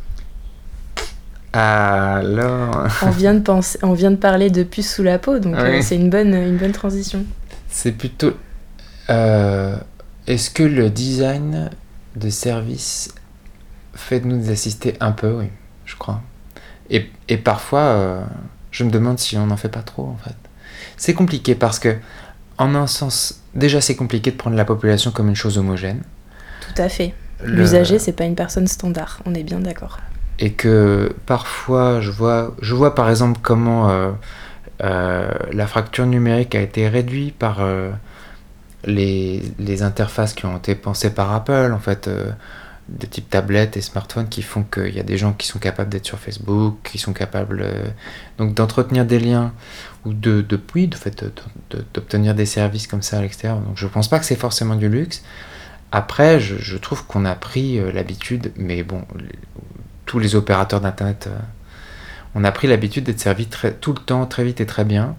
Alors... on, vient de penser, on vient de parler de puce sous la peau, donc oui. euh, c'est une bonne, une bonne transition. C'est plutôt... Euh, est-ce que le design de service fait de nous des assistés un peu? Oui, je crois. Et, et parfois, euh, je me demande si on n'en fait pas trop, en fait. C'est compliqué parce que, en un sens, déjà c'est compliqué de prendre la population comme une chose homogène. Tout à fait. Le... L'usager, c'est pas une personne standard, on est bien d'accord. Et que parfois, je vois, je vois par exemple comment euh, euh, la fracture numérique a été réduite par euh, les, les interfaces qui ont été pensées par Apple, en fait. Euh, de type tablette et smartphone qui font qu'il y a des gens qui sont capables d'être sur Facebook, qui sont capables euh, donc d'entretenir des liens ou de, de, oui, de fait, de, de, d'obtenir des services comme ça à l'extérieur. Donc je pense pas que c'est forcément du luxe. Après, je, je trouve qu'on a pris euh, l'habitude, mais bon, les, tous les opérateurs d'internet, euh, on a pris l'habitude d'être servis très, tout le temps, très vite et très bien.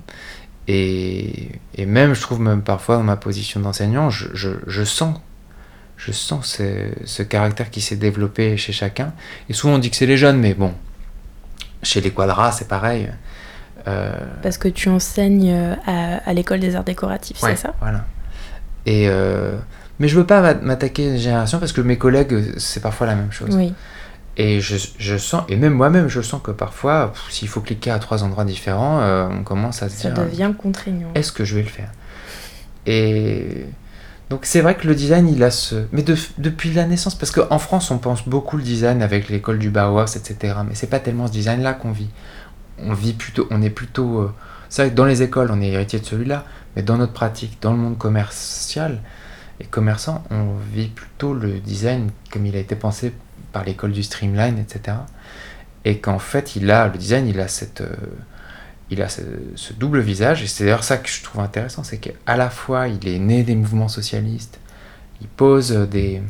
Et, et même, je trouve même parfois dans ma position d'enseignant, je, je, je sens Je sens ce, ce caractère qui s'est développé chez chacun. Et souvent on dit que c'est les jeunes, mais bon, chez les quadras c'est pareil. Euh... Parce que tu enseignes à, à l'école des arts décoratifs, ouais, c'est ça? Voilà. Et euh... Mais je veux pas m'attaquer à une génération parce que mes collègues, c'est parfois la même chose. Oui. Et je, je sens, et même moi-même, je sens que parfois, pff, s'il faut cliquer à trois endroits différents, euh, on commence à se ça dire... Ça devient contraignant. Est-ce que je vais le faire? Et... Donc c'est vrai que le design, il a ce... Mais de, depuis la naissance, parce qu'en France, on pense beaucoup le design avec l'école du Bauhaus, et cetera. Mais c'est pas tellement ce design-là qu'on vit. On vit plutôt... On est plutôt... Euh... C'est vrai que dans les écoles, on est héritier de celui-là, mais dans notre pratique, dans le monde commercial et commerçant, on vit plutôt le design comme il a été pensé par l'école du streamline, et cetera. Et qu'en fait, il a... Le design, il a cette... Euh... Il a ce, ce double visage, et c'est d'ailleurs ça que je trouve intéressant, c'est qu'à la fois il est né des mouvements socialistes, il pose des...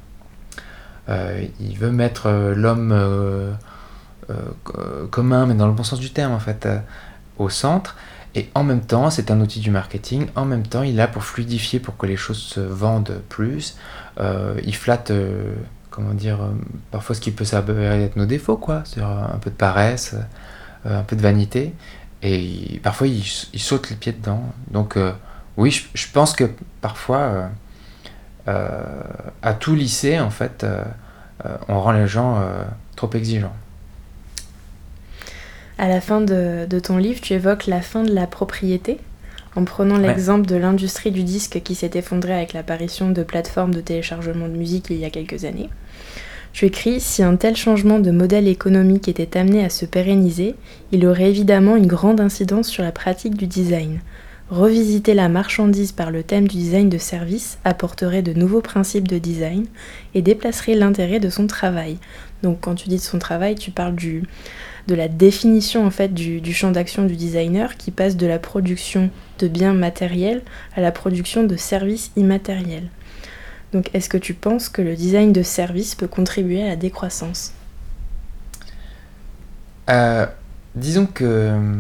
Euh, il veut mettre l'homme euh, euh, commun, mais dans le bon sens du terme en fait, euh, au centre, et en même temps c'est un outil du marketing, en même temps il est là pour fluidifier, pour que les choses se vendent plus, euh, il flatte... Euh, comment dire, euh, parfois ce qui peut s'avérer être nos défauts, quoi. C'est-à-dire un peu de paresse, euh, un peu de vanité. Et il- parfois, ils, ils sautent les pieds dedans. Donc, euh, oui, je, je pense que parfois, euh, euh, à tout lycée, en fait, euh, euh, on rend les gens euh, trop exigeants. À la fin de, de ton livre, tu évoques la fin de la propriété, en prenant Ouais. l'exemple de l'industrie du disque qui s'est effondrée avec l'apparition de plateformes de téléchargement de musique il y a quelques années. Tu écris « Si un tel changement de modèle économique était amené à se pérenniser, il aurait évidemment une grande incidence sur la pratique du design. Revisiter la marchandise par le thème du design de service apporterait de nouveaux principes de design et déplacerait l'intérêt de son travail. » Donc quand tu dis de son travail, tu parles du, de la définition en fait du, du champ d'action du designer qui passe de la production de biens matériels à la production de services immatériels. Donc est-ce que tu penses que le design de service peut contribuer à la décroissance ? Euh, disons que euh,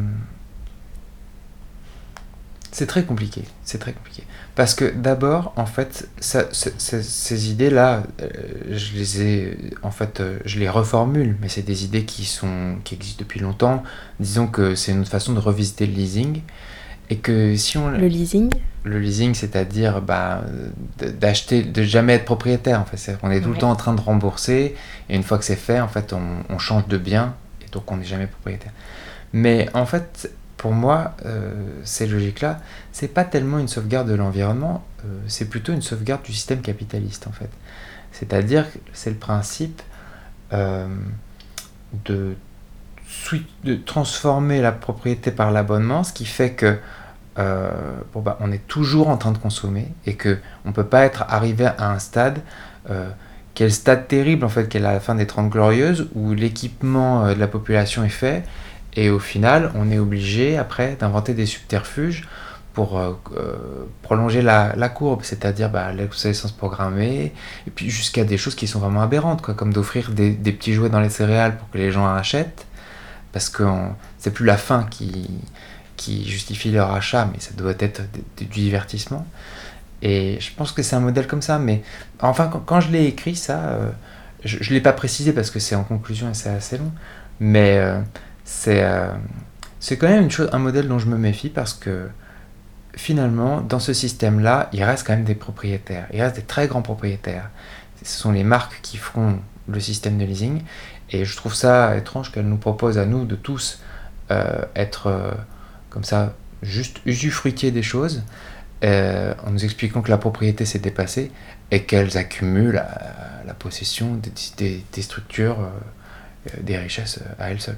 c'est très compliqué, c'est très compliqué. Parce que d'abord, en fait, ça, c'est- c'est- ces idées-là, euh, je les ai, en fait, euh, je les reformule, mais c'est des idées qui sont, qui existent depuis longtemps. Disons que c'est une autre façon de revisiter le leasing, et que si on, Le leasing ? le leasing, c'est-à-dire bah, de- d'acheter, de jamais être propriétaire. En fait, c'est, on est tout Ouais. le temps en train de rembourser, et une fois que c'est fait, en fait, on, on change de bien, et donc on n'est jamais propriétaire. Mais en fait, pour moi, euh, ces logiques-là, c'est pas tellement une sauvegarde de l'environnement, euh, c'est plutôt une sauvegarde du système capitaliste, en fait. C'est-à-dire que c'est le principe euh, de, sui- de transformer la propriété par l'abonnement, ce qui fait que euh, bon, bah, on est toujours en train de consommer et que on peut pas être arrivé à un stade euh, quel stade terrible en fait qu'est la fin des Trente Glorieuses où l'équipement euh, de la population est fait et au final on est obligé après d'inventer des subterfuges pour euh, euh, prolonger la, la courbe, c'est-à-dire bah, l'obsolescence programmée et puis jusqu'à des choses qui sont vraiment aberrantes quoi, comme d'offrir des, des petits jouets dans les céréales pour que les gens achètent parce que on- c'est plus la faim qui qui justifie leur achat, mais ça doit être d- d- du divertissement. Et je pense que c'est un modèle comme ça, mais enfin, quand, quand je l'ai écrit, ça, euh, je ne l'ai pas précisé parce que c'est en conclusion et c'est assez long, mais euh, c'est, euh, c'est quand même une chose, un modèle dont je me méfie parce que finalement, dans ce système-là, il reste quand même des propriétaires, il reste des très grands propriétaires. Ce sont les marques qui feront le système de leasing, et je trouve ça étrange qu'elles nous proposent à nous de tous euh, être euh, comme ça, juste usufruitier des choses, euh, en nous expliquant que la propriété s'est dépassée et qu'elles accumulent la, la possession des, des, des structures, euh, des richesses à elles seules.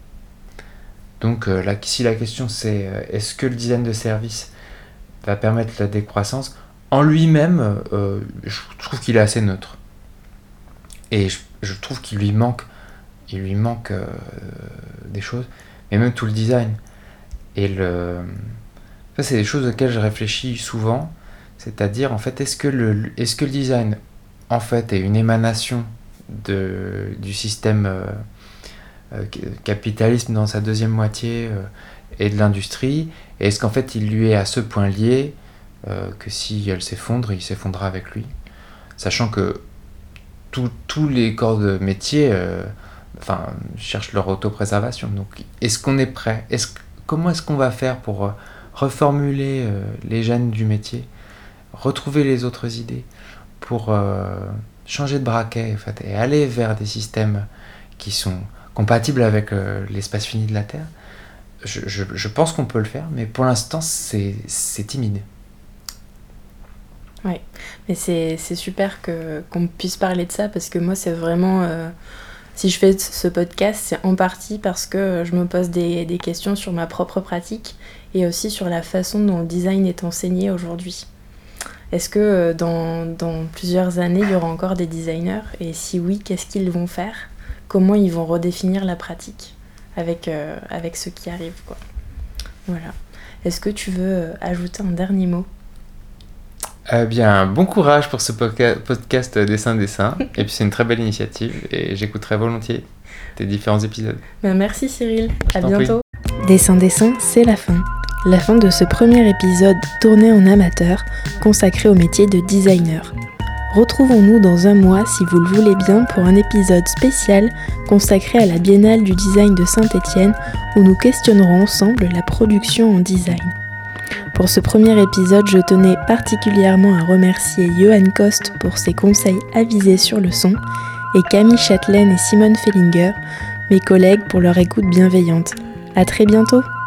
Donc euh, là, si la question c'est euh, est-ce que le design de service va permettre la décroissance, en lui-même, euh, je trouve qu'il est assez neutre. Et je, je trouve qu'il lui manque, il lui manque euh, des choses, mais même tout le design. Et le... ça, c'est des choses auxquelles je réfléchis souvent, c'est-à-dire, en fait, est-ce que le, est-ce que le design, en fait, est une émanation de, du système euh, euh, capitalisme dans sa deuxième moitié euh, et de l'industrie, et est-ce qu'en fait, il lui est à ce point lié euh, que si elle s'effondre, il s'effondrera avec lui, sachant que tous les corps de métier euh, enfin, cherchent leur autopréservation. Donc, est-ce qu'on est prêt ? Est-ce que Comment est-ce qu'on va faire pour euh, reformuler euh, les gènes du métier, retrouver les autres idées, pour euh, changer de braquet en fait, et aller vers des systèmes qui sont compatibles avec euh, l'espace fini de la Terre ? je, je, je pense qu'on peut le faire, mais pour l'instant, c'est, c'est timide. Oui, mais c'est, c'est super que, qu'on puisse parler de ça parce que moi, c'est vraiment... Euh... Si je fais ce podcast, c'est en partie parce que je me pose des, des questions sur ma propre pratique et aussi sur la façon dont le design est enseigné aujourd'hui. Est-ce que dans, dans plusieurs années, il y aura encore des designers ? Et si oui, qu'est-ce qu'ils vont faire ? Comment ils vont redéfinir la pratique avec, euh, avec ce qui arrive, quoi. Voilà. Est-ce que tu veux ajouter un dernier mot ? Eh bien, bon courage pour ce podca- podcast Dessin-Dessin. Et puis, c'est une très belle initiative et j'écouterai volontiers tes différents épisodes. Ben merci Cyril, Je à t'en bientôt. Dessin-Dessin, c'est la fin. La fin de ce premier épisode tourné en amateur, consacré au métier de designer. Retrouvons-nous dans un mois, si vous le voulez bien, pour un épisode spécial consacré à la Biennale du design de Saint-Étienne, où nous questionnerons ensemble la production en design. Pour ce premier épisode, je tenais particulièrement à remercier Johan Coste pour ses conseils avisés sur le son, et Camille Châtelaine et Simone Fellinger, mes collègues, pour leur écoute bienveillante. À très bientôt!